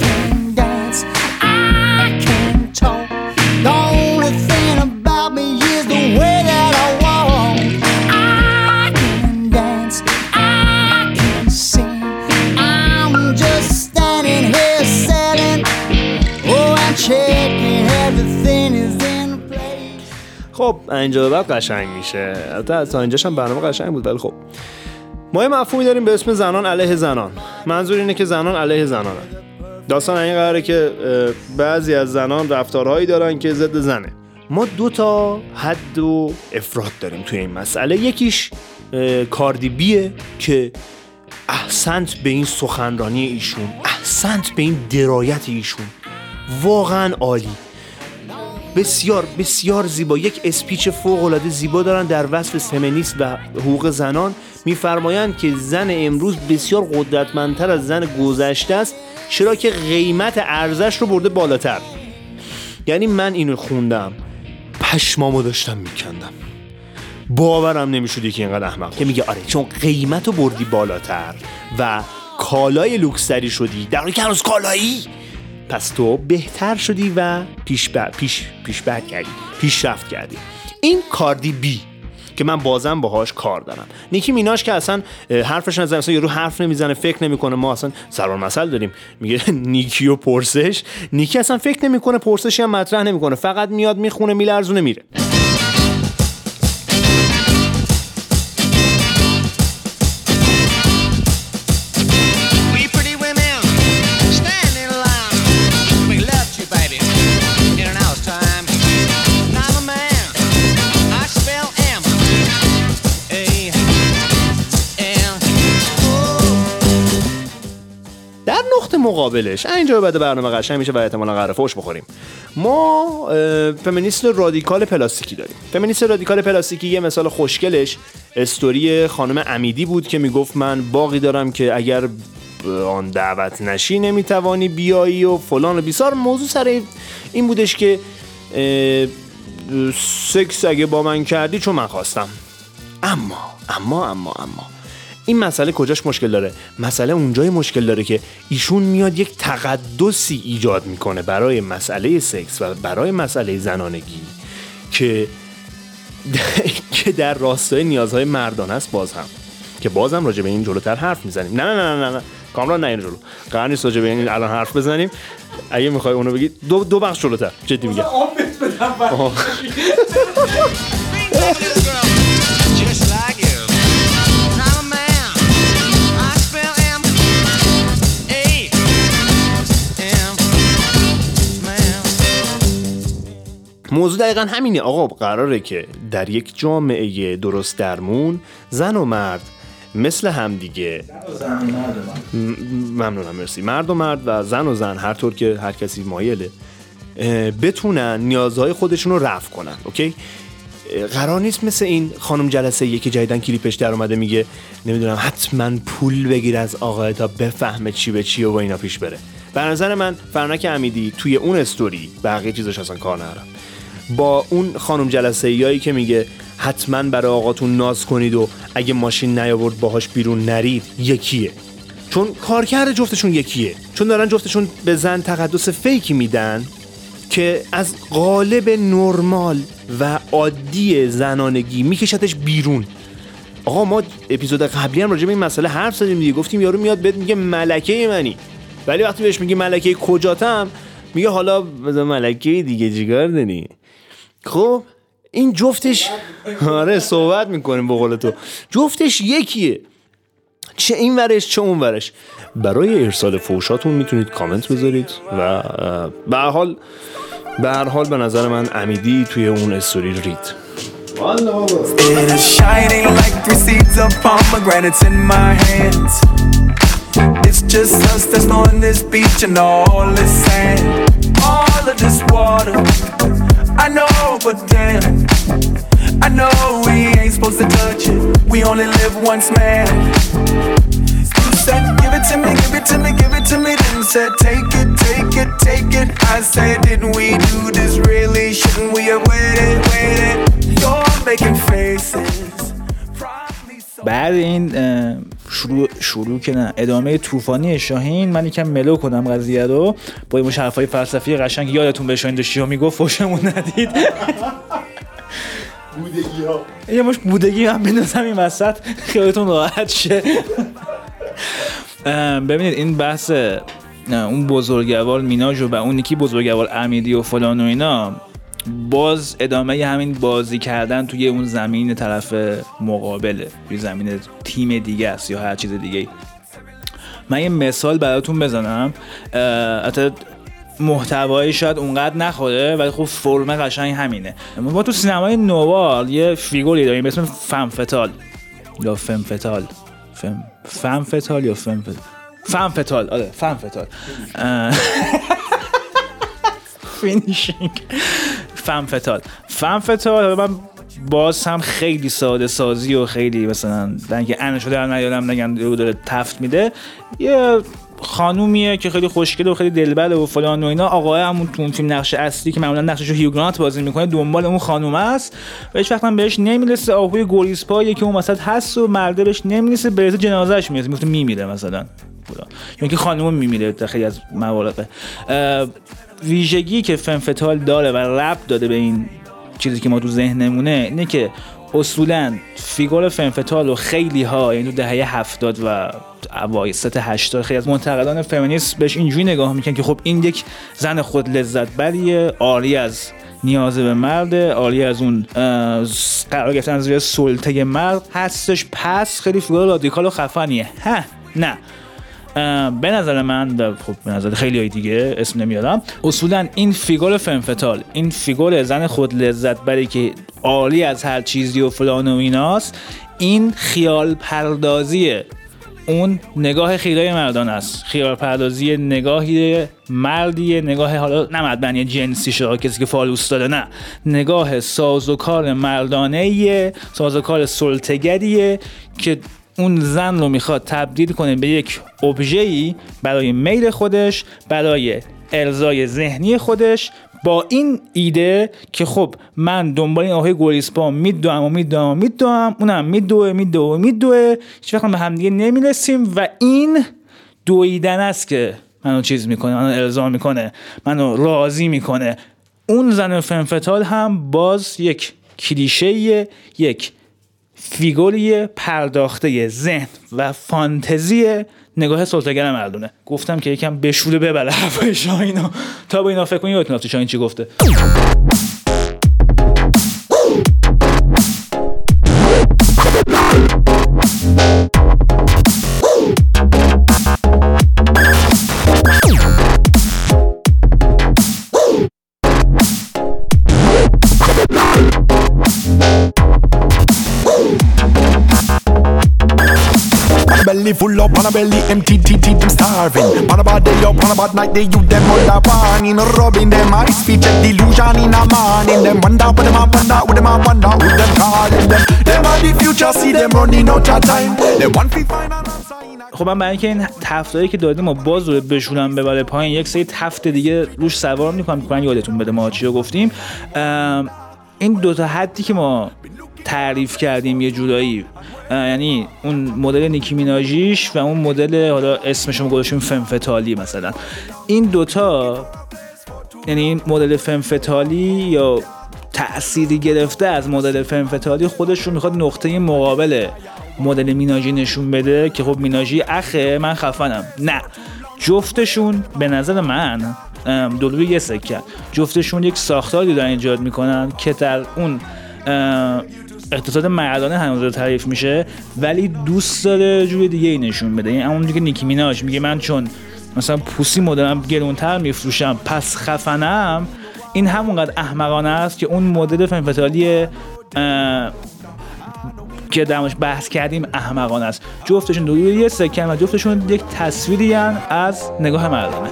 The only thing about me is the way that I walk. I can dance, I can sing. I'm just standing here selling. Oh, I'm checking everything is in place. خب اینجا به بعد قشنگ میشه. البته تا اینجاش هم برنامه قشنگ بود ولی خب ما یه مفهومی داریم به اسم زنان علیه زنان. منظور اینه که زنان علیه زنانن. داستان این قراره که بعضی از زنان رفتارهایی دارن که ضد زنه. ما دو تا حد و افراط داریم توی این مسئله. یکیش کاردی بیه که احسنت به این سخنرانی ایشون، احسنت به این درایت ایشون، واقعا عالی، بسیار بسیار زیبا، یک اسپیچ فوق‌العاده زیبا دارن در وصف فمینیست و حقوق زنان. میفرمایند که زن امروز بسیار قدرتمندتر از زن گذشته است چرا که قیمت ارزش رو برده بالاتر. یعنی من اینو خوندم پشمامو داشتم میکندم باورم نمیشد که اینقدر احمق که میگه آره چون قیمت رو بردی بالاتر و کالای لوکسری شدی در حالی که هنوز کالایی پس تو بهتر شدی و پیش ب... پیش پیش بعد کردی پیشرفت کردی. این کاردی بی که من بازم باهاش کار دارم. نیکی میناژ که اصلا حرفش نزنه، اصلا یارو حرف نمیزنه، فکر نمیکنه. ما اصلا ضرب المثل داریم میگه نیکی و پرسش، نیکی اصلا فکر نمیکنه، پرسشی هم مطرح نمیکنه، فقط میاد میخونه میلرزونه میره. مقابلش اینجا بعد برنامه قشنگ میشه و احتمالاً قراره فوش بخوریم. ما فمینیست رادیکال پلاستیکی داریم. فمینیست رادیکال پلاستیکی یه مثال خوشگلش استوری خانم امیدی بود که میگفت من باقی دارم که اگر آن دعوت نشی نمیتوانی بیایی و فلان و بیسار. موضوع سر این بودش که سکس اگه با من کردی چون من خواستم. اما اما اما اما این مسئله کجاش مشکل داره؟ مسئله اونجای مشکل داره که ایشون میاد یک تقدسی ایجاد میکنه برای مسئله سکس و برای مسئله زنانگی که که در راستای نیازهای مردانه است. باز هم که بازم راجع به این جلوتر حرف میزنیم. نه نه نه نه نه کامران نه این جلو قرار نیست راجع به این الان حرف بزنیم. اگه میخوای اونو بگی دو دو بخش جلوتر جدی میگم. موضوع دقیقا همینه آقا. قراره که در یک جامعه درست درمون زن و مرد مثل همدیگه، ممنونم مرسی، مرد و مرد و زن و زن هر طور که هر کسی مایله بتونن نیازهای خودشون رو رفع کنن. اوکی؟ قرار نیست مثل این خانم جلسه یکی جدیدن کلیپش در اومده میگه نمیدونم حتما پول بگیر از آقا تا بفهمه چی به چی و اینا پیش بره. به نظر من فرنک امیدی توی اون استوری بقیه چیزاش اصلا کار ندارم با اون خانم جلسه یایی که میگه حتما برای آقاتون ناز کنید و اگه ماشین نیاورد باهاش بیرون نرید یکیه. چون کارکرد جفتشون یکیه، چون دارن جفتشون به زن تقدس فیکی میدن که از قالب نرمال و عادی زنانگی میکشتش بیرون. آقا ما اپیزود قبلی هم راجع به این مسئله حرف زدیم دیگه، گفتیم یارو میاد بهت میگه ملکه منی، ولی وقتی بهش میگی ملکه کجاتم میگه حالا مثلا ملکه دیگه جیگار داری. خب این جفتش آره صحبت میکنیم به قول تو، جفتش یکیه، چه این ورش چه اون ورش. برای ارسال فوشاتون میتونید کامنت بذارید و به هر حال به هر حال به نظر من امیدی توی اون استوری رید. It is shining like three seeds of pomegranates in my hands. It's just us that's on this beach and all this sand, all of this water. I know, but damn, I know we ain't supposed to touch it. We only live once, man. You said, give it to me, give it to me, give it to me. Then said, take it, take it, take it. I said, didn't we do this really? Shouldn't we have waited, waited? You're making faces. بعد این شروع شروع که نه ادامه طوفانی شاهین، من یکم ملو کنم قضیه رو با این حرفای فلسفی قشنگ. یادتون به شاهین داشتی ها میگفت فوشمون ندید بودگی ها یه مش بودگی هم بندازم این وسط خیالتون راحت شه. ببینید این بحث اون بزرگوار میناژ و اون یکی بزرگوار امیدی و فلان و اینا باز ادامه همین بازی کردن توی اون زمین طرف مقابله، توی زمین تیم دیگه است یا هر چیز دیگه. من یه مثال براتون بزنم، البته محتوایی شاید اونقدر نخوره ولی خب فرم قشنگ همینه. ما تو سینمای نوار یه فیگوری داریم به اسم فم فتال یا فم فتال فم فم فتال یا فم فتال فم فتال آره فم فتال فینیشینگ فم فتال فم فتال من باز هم خیلی ساده سازی و خیلی مثلا دنگ انشو در نیارم نگم رو داره تفت میده. یه خانومیه که خیلی خوشگله و خیلی دلبره و فلان و اینا. آقای همون تو اون فیلم نقش اصلی که معمولا نقششو هیو گرانت بازی میکنه دنبال اون خانومه است و هیچ وقت هم بهش نمیرسه. آهوی گوریسپایی که اون وسط هست و مرده بهش نمیرسه، برسه جنازه‌اش میرسه، میگه میمیره مثلا، یا اینکه خانوم میمیره در خیلی از مواقع. ویژگی که فم فتال داره و ربط داده به این چیزی که ما تو ذهنمونه اینه که اصولاً فیگور فمفتال و خیلی ها یعنی تو دهه هفتاد و اوایست هشتاد خیلی از منتقدان فمینیست بهش اینجوری نگاه میکنن که خب این یک زن خود لذت بریه، عاری از نیاز به مرد، عاری از اون قرار گرفتن از روی سلطه مرد هستش، پس خیلی فیگور رادیکال و خفنیه. ها نه، به نظر من و خب به نظر خیلی های دیگه اسم نمیارم، اصولا این فیگور فمفتال، این فیگور زن خود لذت بری که عالی از هر چیزی و فلان و ایناست، این خیال پردازیه اون نگاه خیلی مردان است، خیال پردازی نگاهی مردیه، نگاه حالا نه مردانی جنسی شده کسی که فالوس داره، نه، نگاه سازوکار مردانه‌ایه، سازوکار سلطه‌گریه که اون زن رو میخواد تبدیل کنه به یک ابژه‌ای برای میل خودش، برای ارضای ذهنی خودش، با این ایده که خب من دنبال این آقای گوریسپا میدوام و میدوام و میدوام، اونم میدوه میدوه میدوه، هیچ وقت به هم دیگه نمیرسیم و این دویدن است که منو چیز میکنه، منو ارضا میکنه، منو راضی میکنه. اون زن فمفتال هم باز یک کلیشه‌ایه، یک فیگوری پرداخته ذهن و فانتزی نگاه سلطه‌گر مردونه. گفتم که یکم بشوره ببره حرفای شاهینو تا با اینا فکر کنی یادتون رفته شاهین چی گفته. Belly full up on a belly empty, T T them starving. On a bad day up, on a bad night, they you them all that warning. Rubbing them eyes, feet check delusion in a man. In them wonder, put them up, wonder, with them up, wonder, who them calling them. Them are the future, see them running out of time. They want to find an answer. خب من برای اینکه این تفتایی که دادیم ما باز رو بشونم ببره پایین، یک سری تفت دیگه روش سوار میکنم که یادتون بده ما چی رو گفتیم. این دوتا حدی که ما تعریف کردیم یه جورایی، یعنی اون مدل نیکی میناژیش و اون مدل حالا اسمشو گذاشتیم فمفتالی مثلا، این دوتا یعنی این مدل فمفتالی یا تأثیری گرفته از مدل فمفتالی خودش رو میخواد نقطه مقابل مدل میناژی نشون بده که خب میناژی اخه من خفنم. نه، جفتشون به نظر من دلوی یه سکه، جفتشون یک ساختاری دارن ایجاد میکنن که در اون اقتصاد مردانه هنوز تعریف میشه ولی دوست داره جوری دیگه ای نشون بده. یعنی اونجوری که نیکی میناژ میگه من چون مثلا پوسی مدلم گرونتر میفروشم پس خفنم، این همونقدر احمقانه است که اون مدل فمفتالی که درماش بحث کردیم احمقانه است. جفتشون دوی یه سکن و جفتشون یک تصویری هن از نگاه مردانه.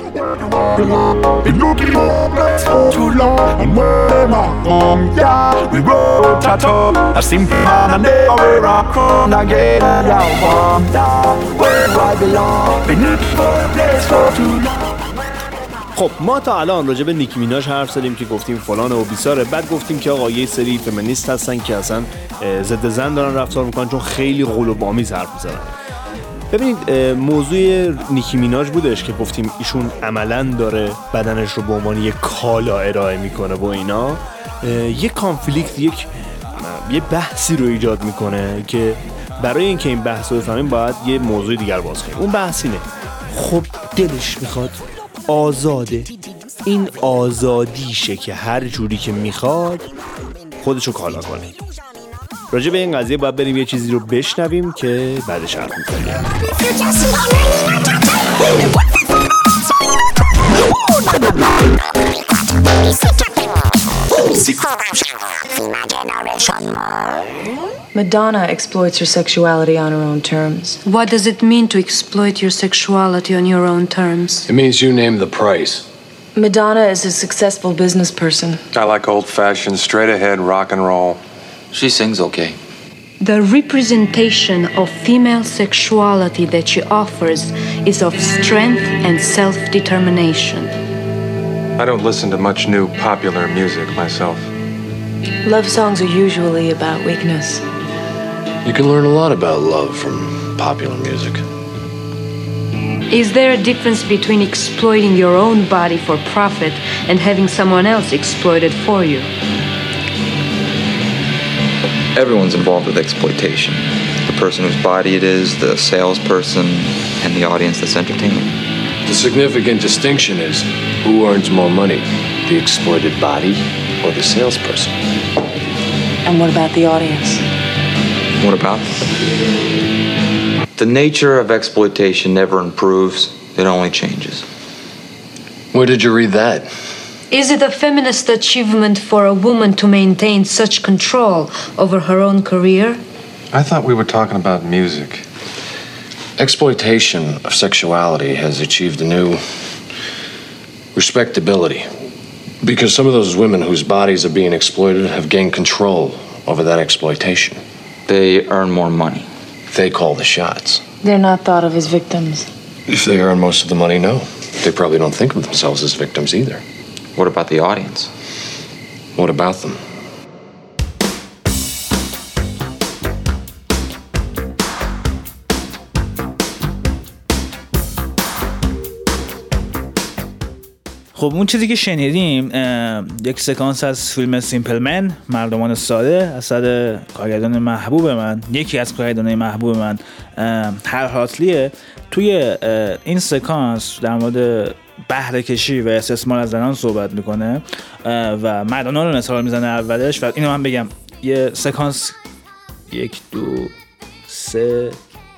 خب ما تا الان راجع به نیکی میناژ حرف زدیم که گفتیم فلان و بیساره، بعد گفتیم که آقا یه سری فمینیست هستن که اصلا ضد زن دارن رفتار میکنن چون خیلی قلوب‌آمیز حرف میزنن. ببینید موضوع نیکی میناژ بودش که گفتیم ایشون عملاً داره بدنش رو به عنوان یک کالا ارائه میکنه و اینا، یک کانفلیکت، یک یه بحثی رو ایجاد میکنه که برای اینکه این بحث رو بفهمیم باید یه موضوع دیگر باز کنیم. اون بحث اینه خب دلش میخواد آزاده، این آزادیشه که هر جوری که میخواد خودشو کالا کنه. راجع به این قضیه باید بریم یه چیزی رو بشنویم که بعدش حرف میکنیم. Madonna exploits her sexuality on her own terms. What does it mean to exploit your sexuality on your own terms? It means you name the price. Madonna is a successful business person. I like old-fashioned, straight-ahead rock and roll. She sings okay. The representation of female sexuality that she offers is of strength and self-determination. I don't listen to much new popular music myself. Love songs are usually about weakness. You can learn a lot about love from popular music. Is there a difference between exploiting your own body for profit and having someone else exploit it for you? Everyone's involved with exploitation. The person whose body it is, the salesperson, and the audience that's entertaining. The significant distinction is who earns more money, the exploited body or the salesperson. And what about the audience? What about? The nature of exploitation never improves, it only changes. Where did you read that? Is it a feminist achievement for a woman to maintain such control over her own career? I thought we were talking about music. Exploitation of sexuality has achieved a new respectability. Because some of those women whose bodies are being exploited have gained control over that exploitation. They earn more money. They call the shots. They're not thought of as victims. If they earn most of the money, no. They probably don't think of themselves as victims either. What about the audience? What about them? خب اون چیزی که شنیدیم یک سکانس از فیلم سیمپل من، مردمان ساده، اثر کارگردان محبوب من، یکی از کارگردانای محبوب من، هال هارتلیه. توی این سکانس در مورد بهره کشی و استثمار از زنان صحبت میکنه و مردانه رو مثال میزنه اولش. و اینو من بگم یه سکانس یک دو سه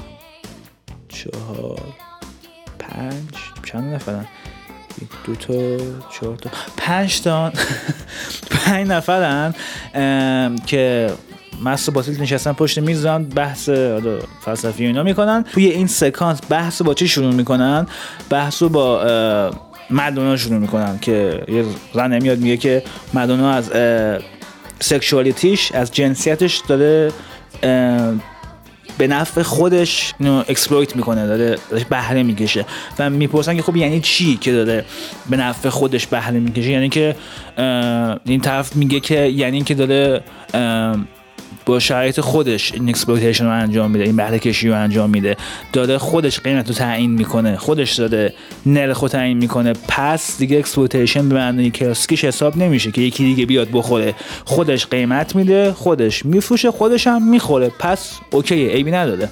چهار پنج چند نفرن؟ دو تا چهار تا پنج تا پنج نفرن که مست و باطیل نشستن پشت میز دارن بحث فلسفی اینا میکنن. توی این سکانس بحث با چی شروع میکنن؟ بحث با مادونا شروع میکنن که یه زن نمیاد میگه که مادونا از سکشوالیتیش، از جنسیتش داره به نفع خودش اینو اکسپلویت میکنه، داره بهره میکشه. و میپرسن که خب یعنی چی که داره به نفع خودش بهره میکشه؟ یعنی که این طرف میگه که یعنی که داره با شرایط خودش این اکسپلویتیشن رو انجام میده، این بهره کشی رو انجام میده، داره خودش قیمت رو تعیین میکنه، خودش داره نرخ رو تعیین میکنه. پس دیگه اکسپلویتیشن به معنی کلاسیکش حساب نمیشه که یکی دیگه بیاد بخوره. خودش قیمت میده، خودش میفروشه، خودش هم میخوره. پس اوکیه، عیبی نداره.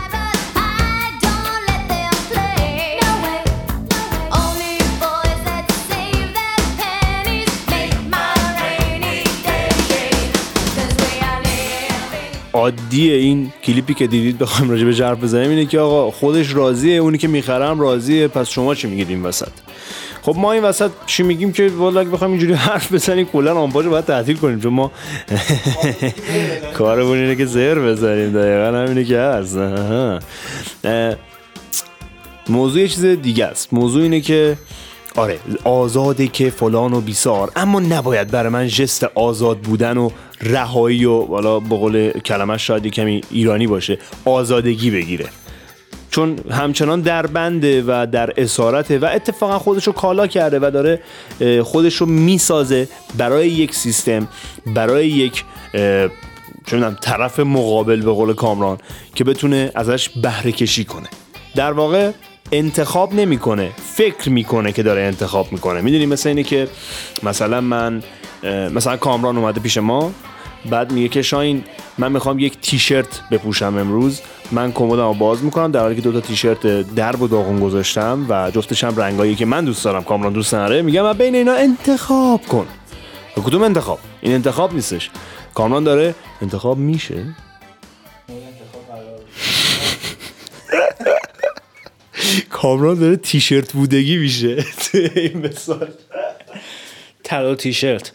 عادیه این کلیپی که دیدید بخوایم راجع به حرف بزنیم اینه که آقا خودش راضیه، اونی که میخرم راضیه، پس شما چی میگید این وسط؟ خب ما این وسط چی میگیم که والا اگه بخوایم اینجوری حرف بزنیم کلا آنپاژو باید تعطیل کنیم، چون ما کارمون اینه که زهر بزنیم. دقیقاً همینه که هست. موضوع یه چیز دیگه است. موضوع اینه که آره آزاده که فلان و بیسار، اما نباید برای من ژست آزاد بودن و رهایی و والا به قول کلمه شاید کمی ایرانی باشه آزادگی بگیره، چون همچنان در بنده و در اسارته و اتفاقا خودشو کالا کرده و داره خودشو میسازه برای یک سیستم، برای یک چه میدونم طرف مقابل به قول کامران که بتونه ازش بهره کشی کنه. در واقع انتخاب نمیکنه، فکر میکنه که داره انتخاب میکنه. میدونی مثلا اینه که مثلا من مثلا کامران اومده پیش ما، بعد میگه که شاین من میخوام یک تیشرت بپوشم امروز، من کمدمو باز میکنم در حالی که دو تا تیشرت درب و داغون گذاشتم و جفتش هم رنگایی که من دوست دارم کامران دوست نداره، میگم من بین اینا انتخاب کن. کدوم انتخاب؟ این انتخاب نیستش. کامران داره انتخاب میشه. کامران داره تیشرت بودگی میشه. این مثال طلا تیشرت.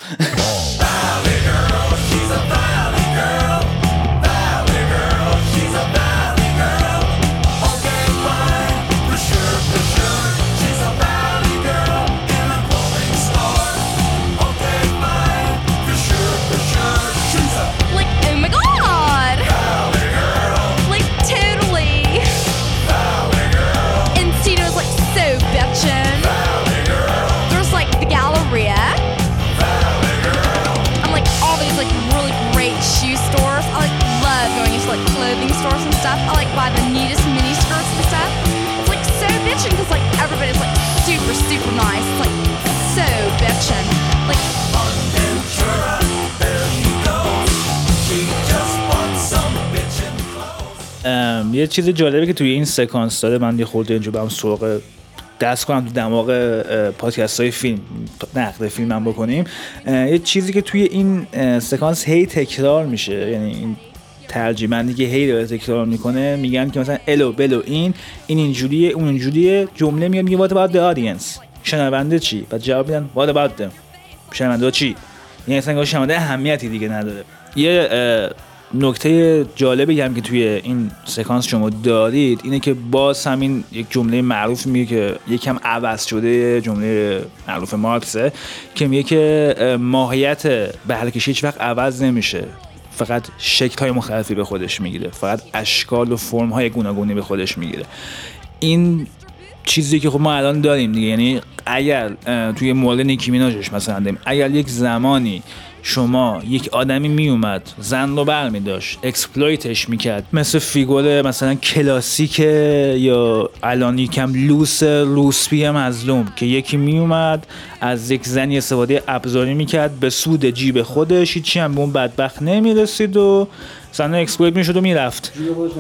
یه چیز جالبه که توی این سکانس داره، من یه خورده اینجا برام سراغ دست کنم تو دماغ پادکست های فیلم، نقد فیلم هم بکنیم. یه چیزی که توی این سکانس هی تکرار میشه، یعنی این ترجمندی که هی داره تکرار میکنه، میگن که مثلا الو بلو این این اینجوریه اون اینجوریه، جمله میگه میگه what about the audience، شنونده چی؟ بعد جواب میدن what about them، شنونده چی؟ یعنی اصلا شنونده اهمیتی دیگه نداره. یه نکته جالبی هم که توی این سکانس شما دارید اینه که باز همین یک جمله معروف میگه که یکم عوض شده، جمله معروف مارکسه که میگه که ماهیت بهره کشی هیچ وقت عوض نمیشه، فقط شکل‌های مختلفی به خودش میگیره، فقط اشکال و فرم‌های گوناگونی به خودش میگیره. این چیزی که خب ما الان داریم دیگه، یعنی اگر توی مورد نیکی میناژش مثلا داریم، اگر یک زمانی شما یک آدمی میومد زن رو برمی داشت اکسپلویتش میکرد، مثل فیگور مثلا کلاسیک یا الان یکم لوس روسپی مظلوم که یکی میومد از یک زنی استفاده ابزاری میکرد به سود جیب خودش، هیچی هم به اون بدبخت نمیرسید و زن اکسپلویت میشد و میرفت.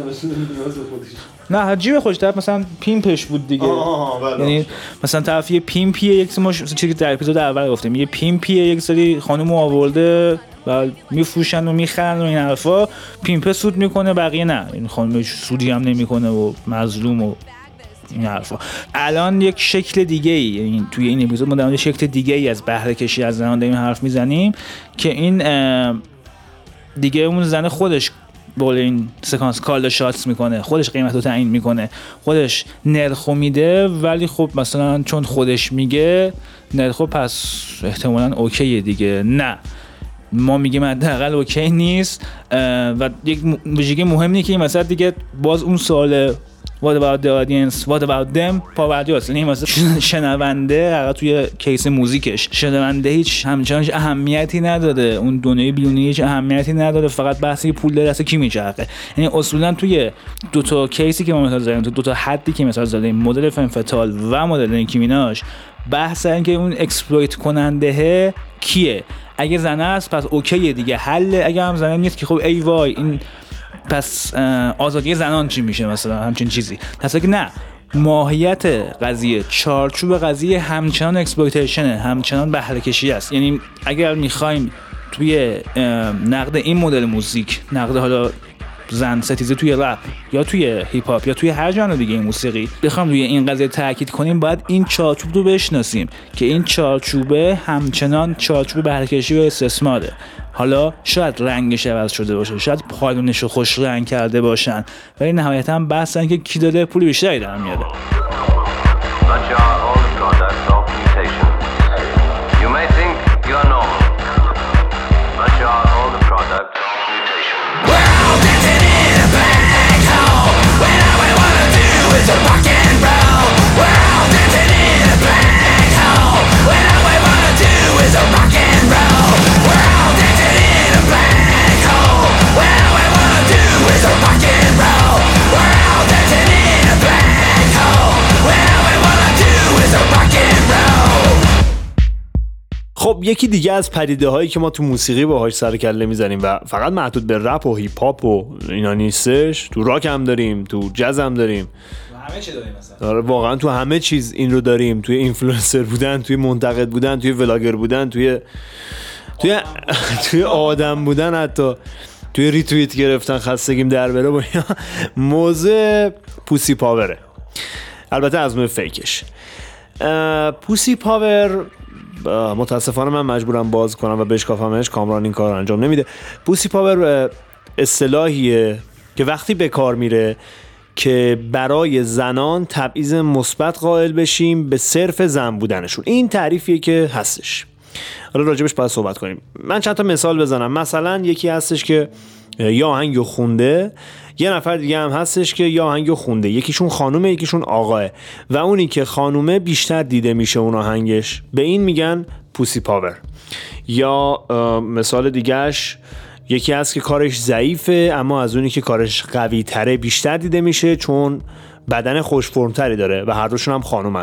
نه جیب خودش طرف مثلا پیمپش بود دیگه، یعنی مثلا طرف یه پیمپیه، یک سری چیزی که در اپیزود اول گفتم، یه پیمپیه یک سری خانم آورده و میفروشن و میخرن و این حرفا، پیمپ سود میکنه بقیه نه، این خانم سودی هم نمیکنه و مظلوم و این حرفا. الان یک شکل دیگه ای، یعنی توی این اپیزود ما در مورد شکل دیگه ای از بهره کشی از زنان داریم حرف میزنیم که این دیگه اون زن خودش بول این سکانس کال شاتس میکنه، خودش قیمت رو تعیین میکنه، خودش نرخو میده، ولی خب مثلا چون خودش میگه نرخو پس احتمالاً اوکیه دیگه. نه، ما میگیم حداقل اوکی نیست. و یک ویژگی مهمی که این مثلا دیگه باز اون سوال what about the audience what about them پاوردی هست، یعنی مثلا شنونده حالا توی کیس موزیکش شنونده هیچ همچنان اهمیتی نداره، اون دنیای بیرونی هیچ اهمیتی نداره، فقط بحثی پول داره دست کی میچرخه. یعنی اصولا توی دو تا کیسی که ما مثلا زدیم، تو دو تا حدی که مثلا زدیم، مدل فم فتال و مدل نیکی میناژ، بحث این که اون اکسپلویت کننده کیه. اگه زنه است پس اوکیه دیگه، حل. اگه هم زنه نیست که خب ای وای این پس آزادی زنان چی میشه مثلا، همچین چیزی. اصلا که نه، ماهیت قضیه، چارچوب قضیه همچنان اکسپلویتیشنه، همچنان بهره کشی است. یعنی اگر میخوایم توی نقد این مدل موزیک، نقد حالا زن ستیزه توی رپ یا توی هیپ هاپ یا توی هر ژانر دیگه این موسیقی، بخوام روی این قضیه تاکید کنیم، باید این چارچوب رو بشناسیم که این چارچوبه همچنان چارچوب بهره کشی و استثماره. حالا شاید رنگش عوض شده باشه، شاید پایانش رو خوش رنگ کرده باشن، ولی نهایتا هم بحث اینه که کی داره پول بیشتری در میاره. خب یکی دیگه از پدیده هایی که ما تو موسیقی باهاش سر کله میزنیم و فقط محدود به رپ و هیپ هاپ و اینا نیستش، تو راک هم داریم، تو جاز هم داریم، همه چی داریم مثلا. آره واقعا تو همه چیز این رو داریم، توی اینفلوئنسر بودن، توی منتقد بودن، توی ولاگر بودن، توی توی توی آدم بودن، حتی توی ریتوییت گرفتن خستگیم در بره. با موضوع پوسی پاوره، البته از نوع فیکش. پوسی پاور متاسفانه من مجبورم باز کنم و بشکافمش، کامران این کار انجام نمیده. پوسی پاور اصطلاحیه که وقتی به کار میره که برای زنان تبعیض مثبت قائل بشیم به صرف زن بودنشون. این تعریفیه که هستش، حالا راجبش باید صحبت کنیم. من چند تا مثال بزنم. مثلا یکی هستش که یا آهنگو خونده، یه نفر دیگه هم هستش که یا آهنگو خونده، یکیشون خانومه یکیشون آقاه، و اونی که خانومه بیشتر دیده میشه اون آهنگش، به این میگن پوسی پاور. یا مثال دیگهش یکی هست که کارش ضعیفه اما از اونی که کارش قوی تره بیشتر دیده میشه چون بدن خوش فرم تری داره و هر دوشون هم خانومن.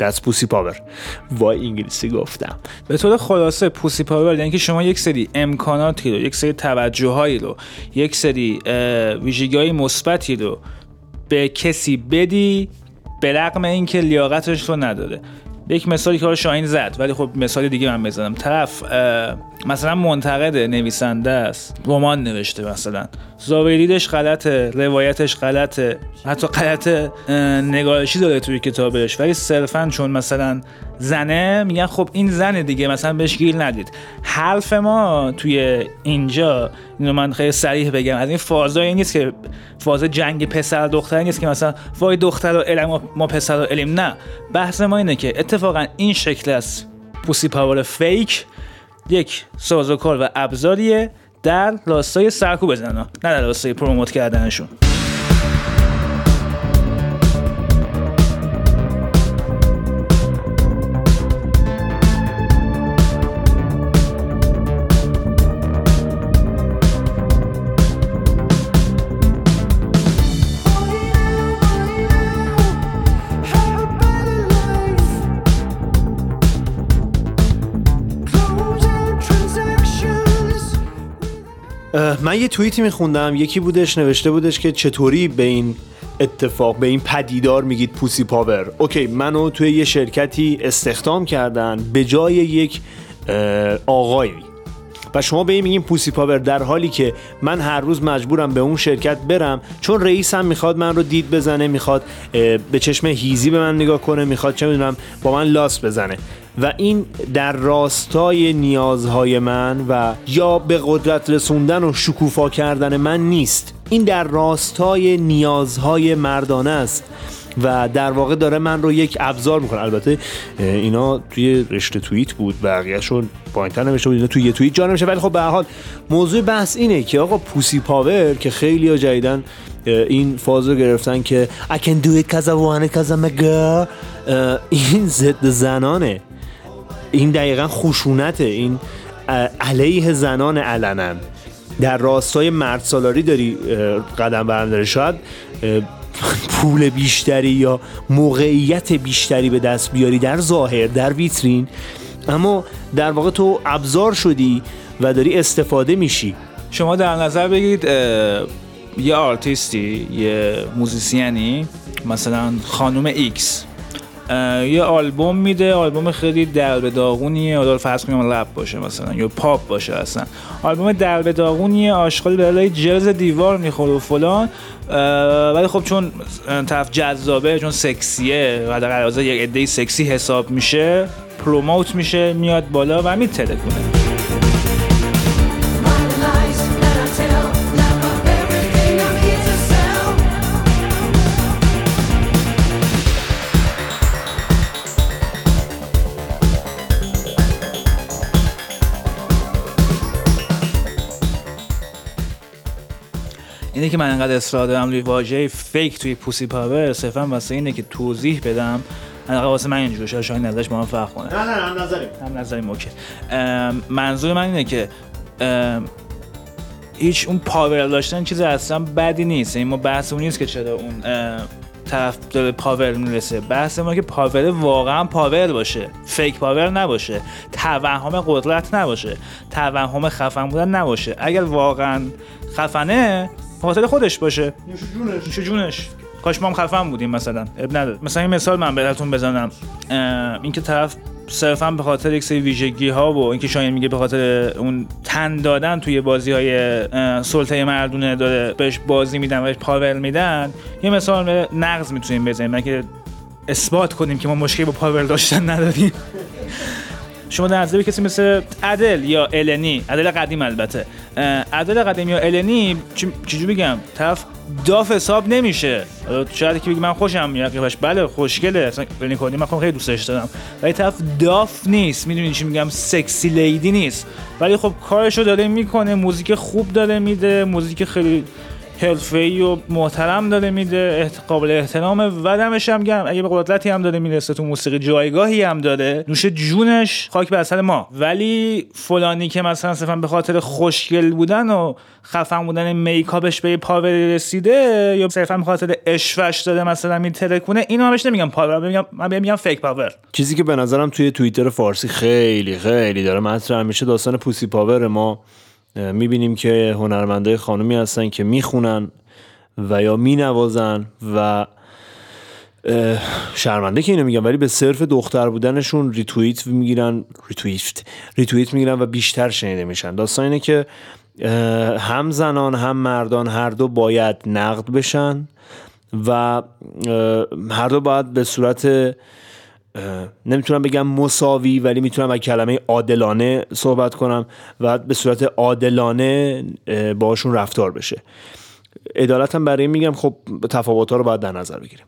That's pussy power. وای انگلیسی گفتم. به طور خلاصه پوسی پاور یعنی که شما یک سری امکاناتی رو، یک سری توجه‌هایی رو، یک سری ویژگی‌های مثبتی رو به کسی بدی به رغم اینکه لیاقتش رو نداره. یک مثالی که شاهین زد، ولی خب مثال دیگه من بزنم. طرف مثلا منتقد نویسنده است، رمان نوشته، مثلا زاویه‌دیدش غلطه، روایتش غلطه، حتی غلط نگارشی داره توی کتابش، ولی صرفاً چون مثلا زنه میگن خب این زنه دیگه، مثلا بهش گیر ندید. حرف ما توی اینجا، اینو من خیلی صریح بگم، از این فازایی نیست که فاز جنگ پسر دختر نیست که مثلا وای دختر و علم ما پسر و علم، نه. بحث ما اینه که اتفاقا این شکل از پوسی پاور فیک یک سازوکار و ابزاریه در راستای سرکوب زن‌ها، نه در راستای پروموت کردنشون. من یه توییتی میخوندم، یکی بودش نوشته بودش که چطوری به این اتفاق، به این پدیدار میگید پوسی پاور. اوکی، منو توی یه شرکتی استخدام کردن به جای یک آقایی و شما به این میگین پوسی پاور، در حالی که من هر روز مجبورم به اون شرکت برم چون رئیسم میخواد من رو دید بزنه، میخواد به چشم هیزی به من نگاه کنه، میخواد چه میدونم با من لاس بزنه. و این در راستای نیازهای من و یا به قدرت رسوندن و شکوفا کردن من نیست، این در راستای نیازهای مردانه است و در واقع داره من رو یک ابزار میکنه. البته اینا توی رشته توییت بود، بقیه‌شون پایین‌تر نوشته بود، اینا توی یه توییت جا نمیشه. ولی خب به هر حال موضوع بحث اینه که آقا پوسی پاور که خیلی‌ها جدیدن این فازو گرفتن که I can do it cause I want it cause I'm a girl، این ضد زنانه، این دقیقاً خشونته، این علیه زنان علنا. در راستای مرد سالاری داری قدم برمی‌داری، شاید پول بیشتری یا موقعیت بیشتری به دست بیاری در ظاهر، در ویترین، اما در واقع تو ابزار شدی و داری استفاده میشی. شما در نظر بگیرید یه آرتیستی، یه موزیسیانی، مثلا خانم ایکس یه آلبوم میده، آلبوم خیلی دل به داغونیه، حالا فرض کنیم رپ باشه مثلا یا پاپ باشه، اصلا آلبوم دل به داغونیه، آشغال بالای جرز دیوار میخوره و فلان، ولی خب چون طرف جذابه، چون سکسیه و در قرازه یک عده سکسی حساب میشه، پروموت میشه، میاد بالا و میترکونه. اینه که من انقدر اصرار دارم روی واژه فیک توی پوسی پاور، صرفا واسه اینه که توضیح بدم، انقدر واسه من اینجوری شاید شاید نظرش با من فرق کنه. نه نه هم نظریم هم نظریم اوکی. منظور من اینه که هیچ اون پاور داشتن چیز اصلا بدی نیست. این ما بحث اون نیست که چرا اون طرف داره پاور میرسه، بحث ما که پاور واقعا پاور باشه، فیک پاور نباشه، توهم قدرت نباشه، توهم خفن بودن نباشه. اگر واقعا خفنه خاطر خودش باشه، نوش جونش، کاش ما هم خفن بودیم مثلا، اب نداره. مثلا این مثال من براتون بزنم، این که طرف صرفا به خاطر یک سری ویژگی ها و اینکه شاید میگه به خاطر اون تن دادن توی بازی های سلطه مردونه داره بهش بازی میدن، بهش پاور میدن، یه مثال نقض میتونیم بزنیم که اثبات کنیم که ما مشکلی با پاور داشتن نداریم. شما در نظر کسی مثل ادل یا النی، ادل قدیم، البته ادل قدیم یا النی، چجوری بگم، طرف داف حساب نمیشه. شاید که بگی من خوشم میاد قیافش، بله خوشگله، اصلا النی کردی من خیلی دوستش دارم، ولی طرف داف نیست، میدونی چی میگم، سکسی لیدی نیست، ولی خب کارشو داره میکنه، موزیک خوب داره میده، موزیک خیلی حرفه‌ای و محترم داره میده، قابل احترامه و دمش هم گرم. اگه به قدرتی هم داره میرسه تو موسیقی، جایگاهی هم داره، نوش جونش، خاک بر سر ما. ولی فلانی که مثلا صرفا به خاطر خوشگل بودن و خفن بودن میکاپش به پاور رسیده یا صرفا به خاطر اشوش داره مثلا میترکونه، اینو همش نمیگم پاور، میگم من میگم فیک پاور. چیزی که به نظرم توی توییتر فارسی خیلی خیلی داره مطرح میشه داستان پوسی پاور. ما میبینیم که هنرمندای خانومی هستن که میخونن و یا مینوازن و شرمنده که اینو میگم، ولی به صرف دختر بودنشون ریتوییت میگیرن ریتوییت ریتوییت میگیرن و بیشتر شنیده میشن. داستان اینه که هم زنان هم مردان هر دو باید نقد بشن و هر دو باید به صورت نمیتونم بگم مساوی، ولی میتونم با کلمه عادلانه صحبت کنم و به صورت عادلانه باشون رفتار بشه. عدالت هم برای میگم خب تفاوت‌ها رو باید در نظر بگیریم.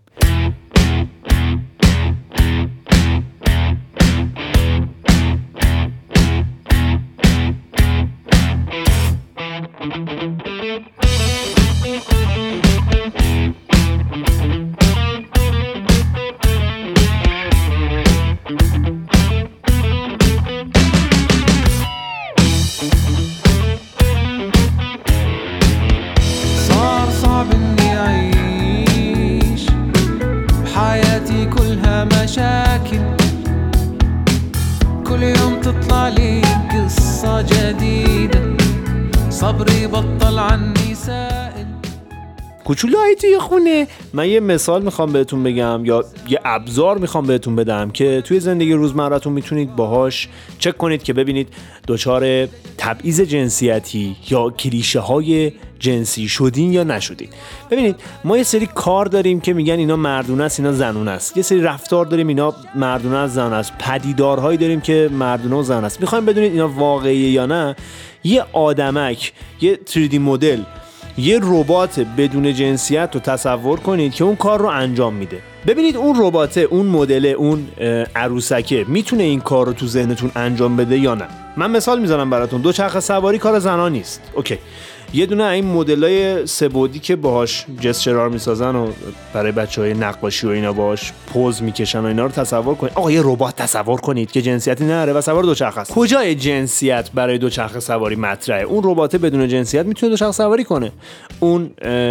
کوچولویی توی خونه. من یه مثال میخوام بهتون بگم یا یه ابزار میخوام بهتون بدم که توی زندگی روزمره‌تون میتونید باهاش چک کنید که ببینید دچار تبعیض جنسیتی یا کلیشه های جنسی شدین یا نشدین. ببینید ما یه سری کار داریم که میگن اینا مردونه است اینا زنونه است، یه سری رفتار داریم اینا مردونه است زنونه است، پدیدارهایی داریم که مردونه و زنونه است. میخوایم بدونید اینا واقعیه یا نه، یه آدمک، یه تری دی مدل، یه ربات بدون جنسیت رو تصور کنید که اون کار رو انجام میده. ببینید اون ربات، اون مدل، اون عروسکه میتونه این کار رو تو ذهنتون انجام بده یا نه. من مثال میزنم براتون. دوچرخه سواری کار زنان نیست. اوکی. یه دونه این مدلای سه‌بعدی که باهاش جسچرار میسازن و برای بچهای نقاشی و اینا باهاش پوز میکشن و اینا رو تصور کنید. آقا یه ربات تصور کنید که جنسیتی نداره و سوار دوچرخه است. کجای جنسیت برای دوچرخه سواری مطرحه؟ اون ربات بدون جنسیت میتونه دوچرخه سواری کنه. اون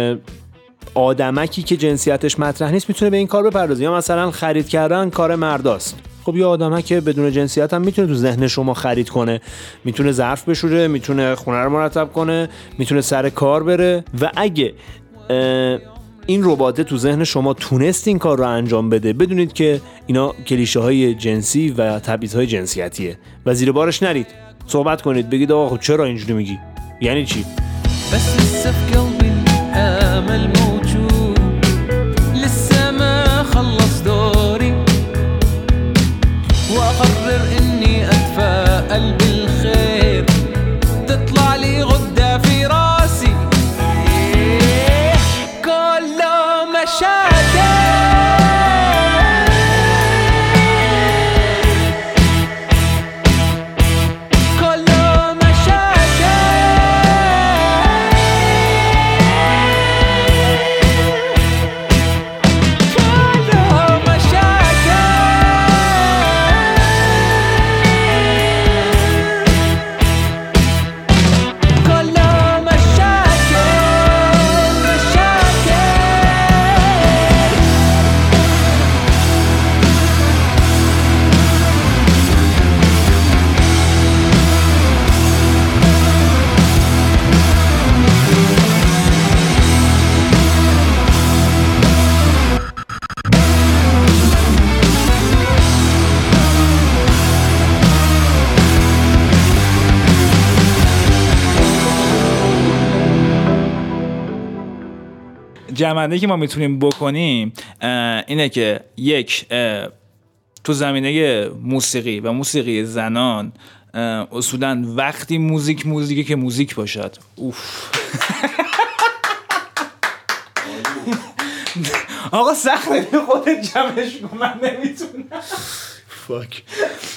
آدمکی که جنسیتش مطرح نیست میتونه به این کار بپردازه. یا مثلا خرید کردن کار مرداست. خب یه آدمه که بدون جنسیت هم میتونه تو ذهن شما خرید کنه، میتونه ظرف بشوره، میتونه خونه رو مرتب کنه، میتونه سر کار بره. و اگه این ربات تو ذهن شما تونست این کار رو انجام بده، بدونید که اینا کلیشه های جنسی و تبعیض های جنسیتیه و زیر بارش نرید. صحبت کنید، بگید آقا خب چرا اینجوری میگی؟ یعنی چی؟ بس لسه في قلبي الامل موجود، لسه ما خلص دوري واقرر اني اتفائل بالخير، تطلع لي غده في راسي كله مشاكل. جمعنده که ما میتونیم بکنیم اینه که یک، تو زمینه موسیقی و موسیقی زنان اصولاً وقتی موزیک موزیکی که موزیک باشد. اوف آقا سخته خودت جمعش کن، من نمیتونم. فاک.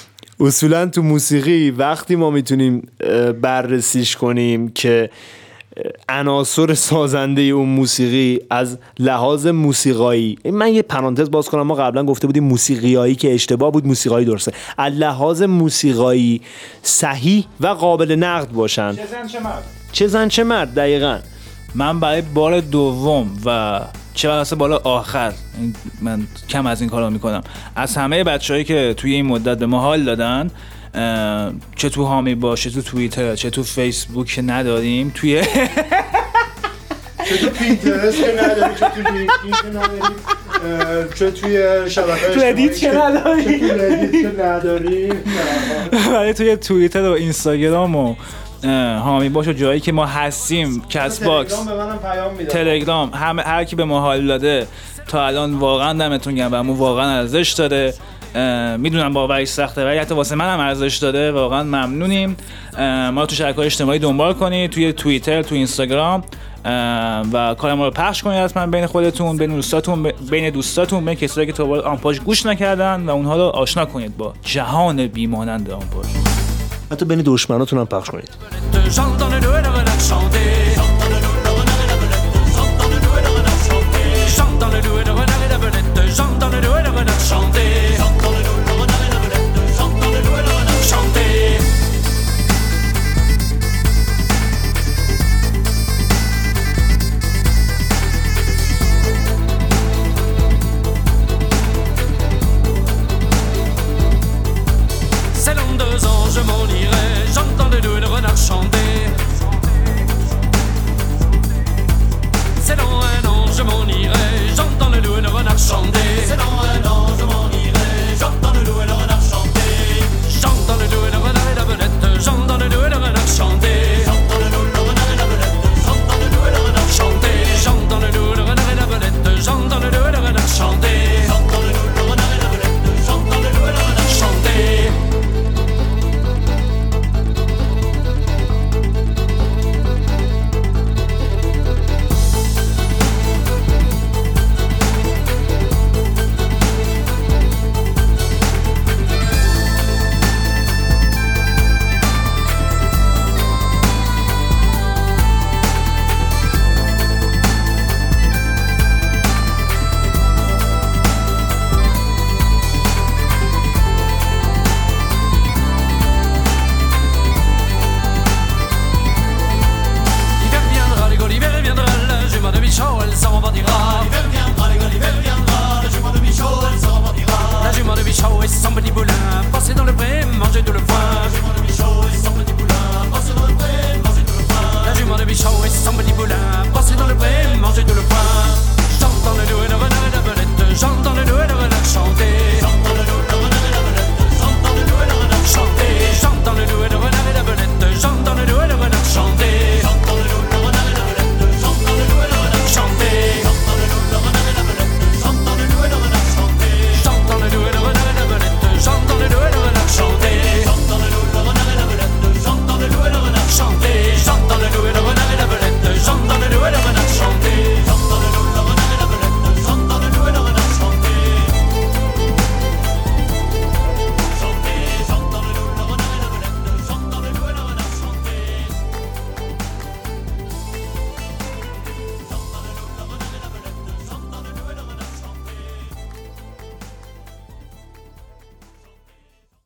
اصولاً تو موسیقی وقتی ما میتونیم بررسیش کنیم که عناصر سازنده اون موسیقی از لحاظ موسیقایی، من یه پرانتز باز کنم، ما قبلا گفته بودیم موسیقیایی که اشتباه بود، موسیقایی درسته. از لحاظ موسیقایی صحیح و قابل نقد باشن. چه زن چه مرد، چه زن چه مرد. دقیقاً من برای بار دوم و چه واسه بالا آخر من کم از این کارا میکنم، از همه بچه‌هایی که توی این مدت به ما حال دادن، چه تو هامی باش، چه تو توییتر، چه تو فیسبوک که نداریم، توی چه تو پینترست که نداریم، چه تو لینکدین که نداریم، چه توی شبکه‌های ردیت که نداریم، چه تو ردیت که نداریم، ولی توی توییتر و اینستاگرام و هامی باش و جایی که ما هستیم، کست باکس، تلگرام به منم پیام میدن، تلگرام، همه هر کی به ما حال داده تا الان واقعا دمتون گرم و مو واقعا ارزش داره. میدونم باورش سخته ولی حتی واسه منم ارزش داره، واقعا ممنونیم. ما رو تو شبکه‌های اجتماعی دنبال کنید، توی توییتر، تو اینستاگرام، و کار ما رو پخش کنید حتما بین خودتون، بین دوستاتون، بین دوستاتون، بین کسایی که تا آنپاژ گوش نکردن و اونها رو آشنا کنید با جهان بیمانند آنپاژ. حتی بین دشمناتون هم پخش کنید. C'est dans un an je m'en irai, j'entends le loup et le renard chanter.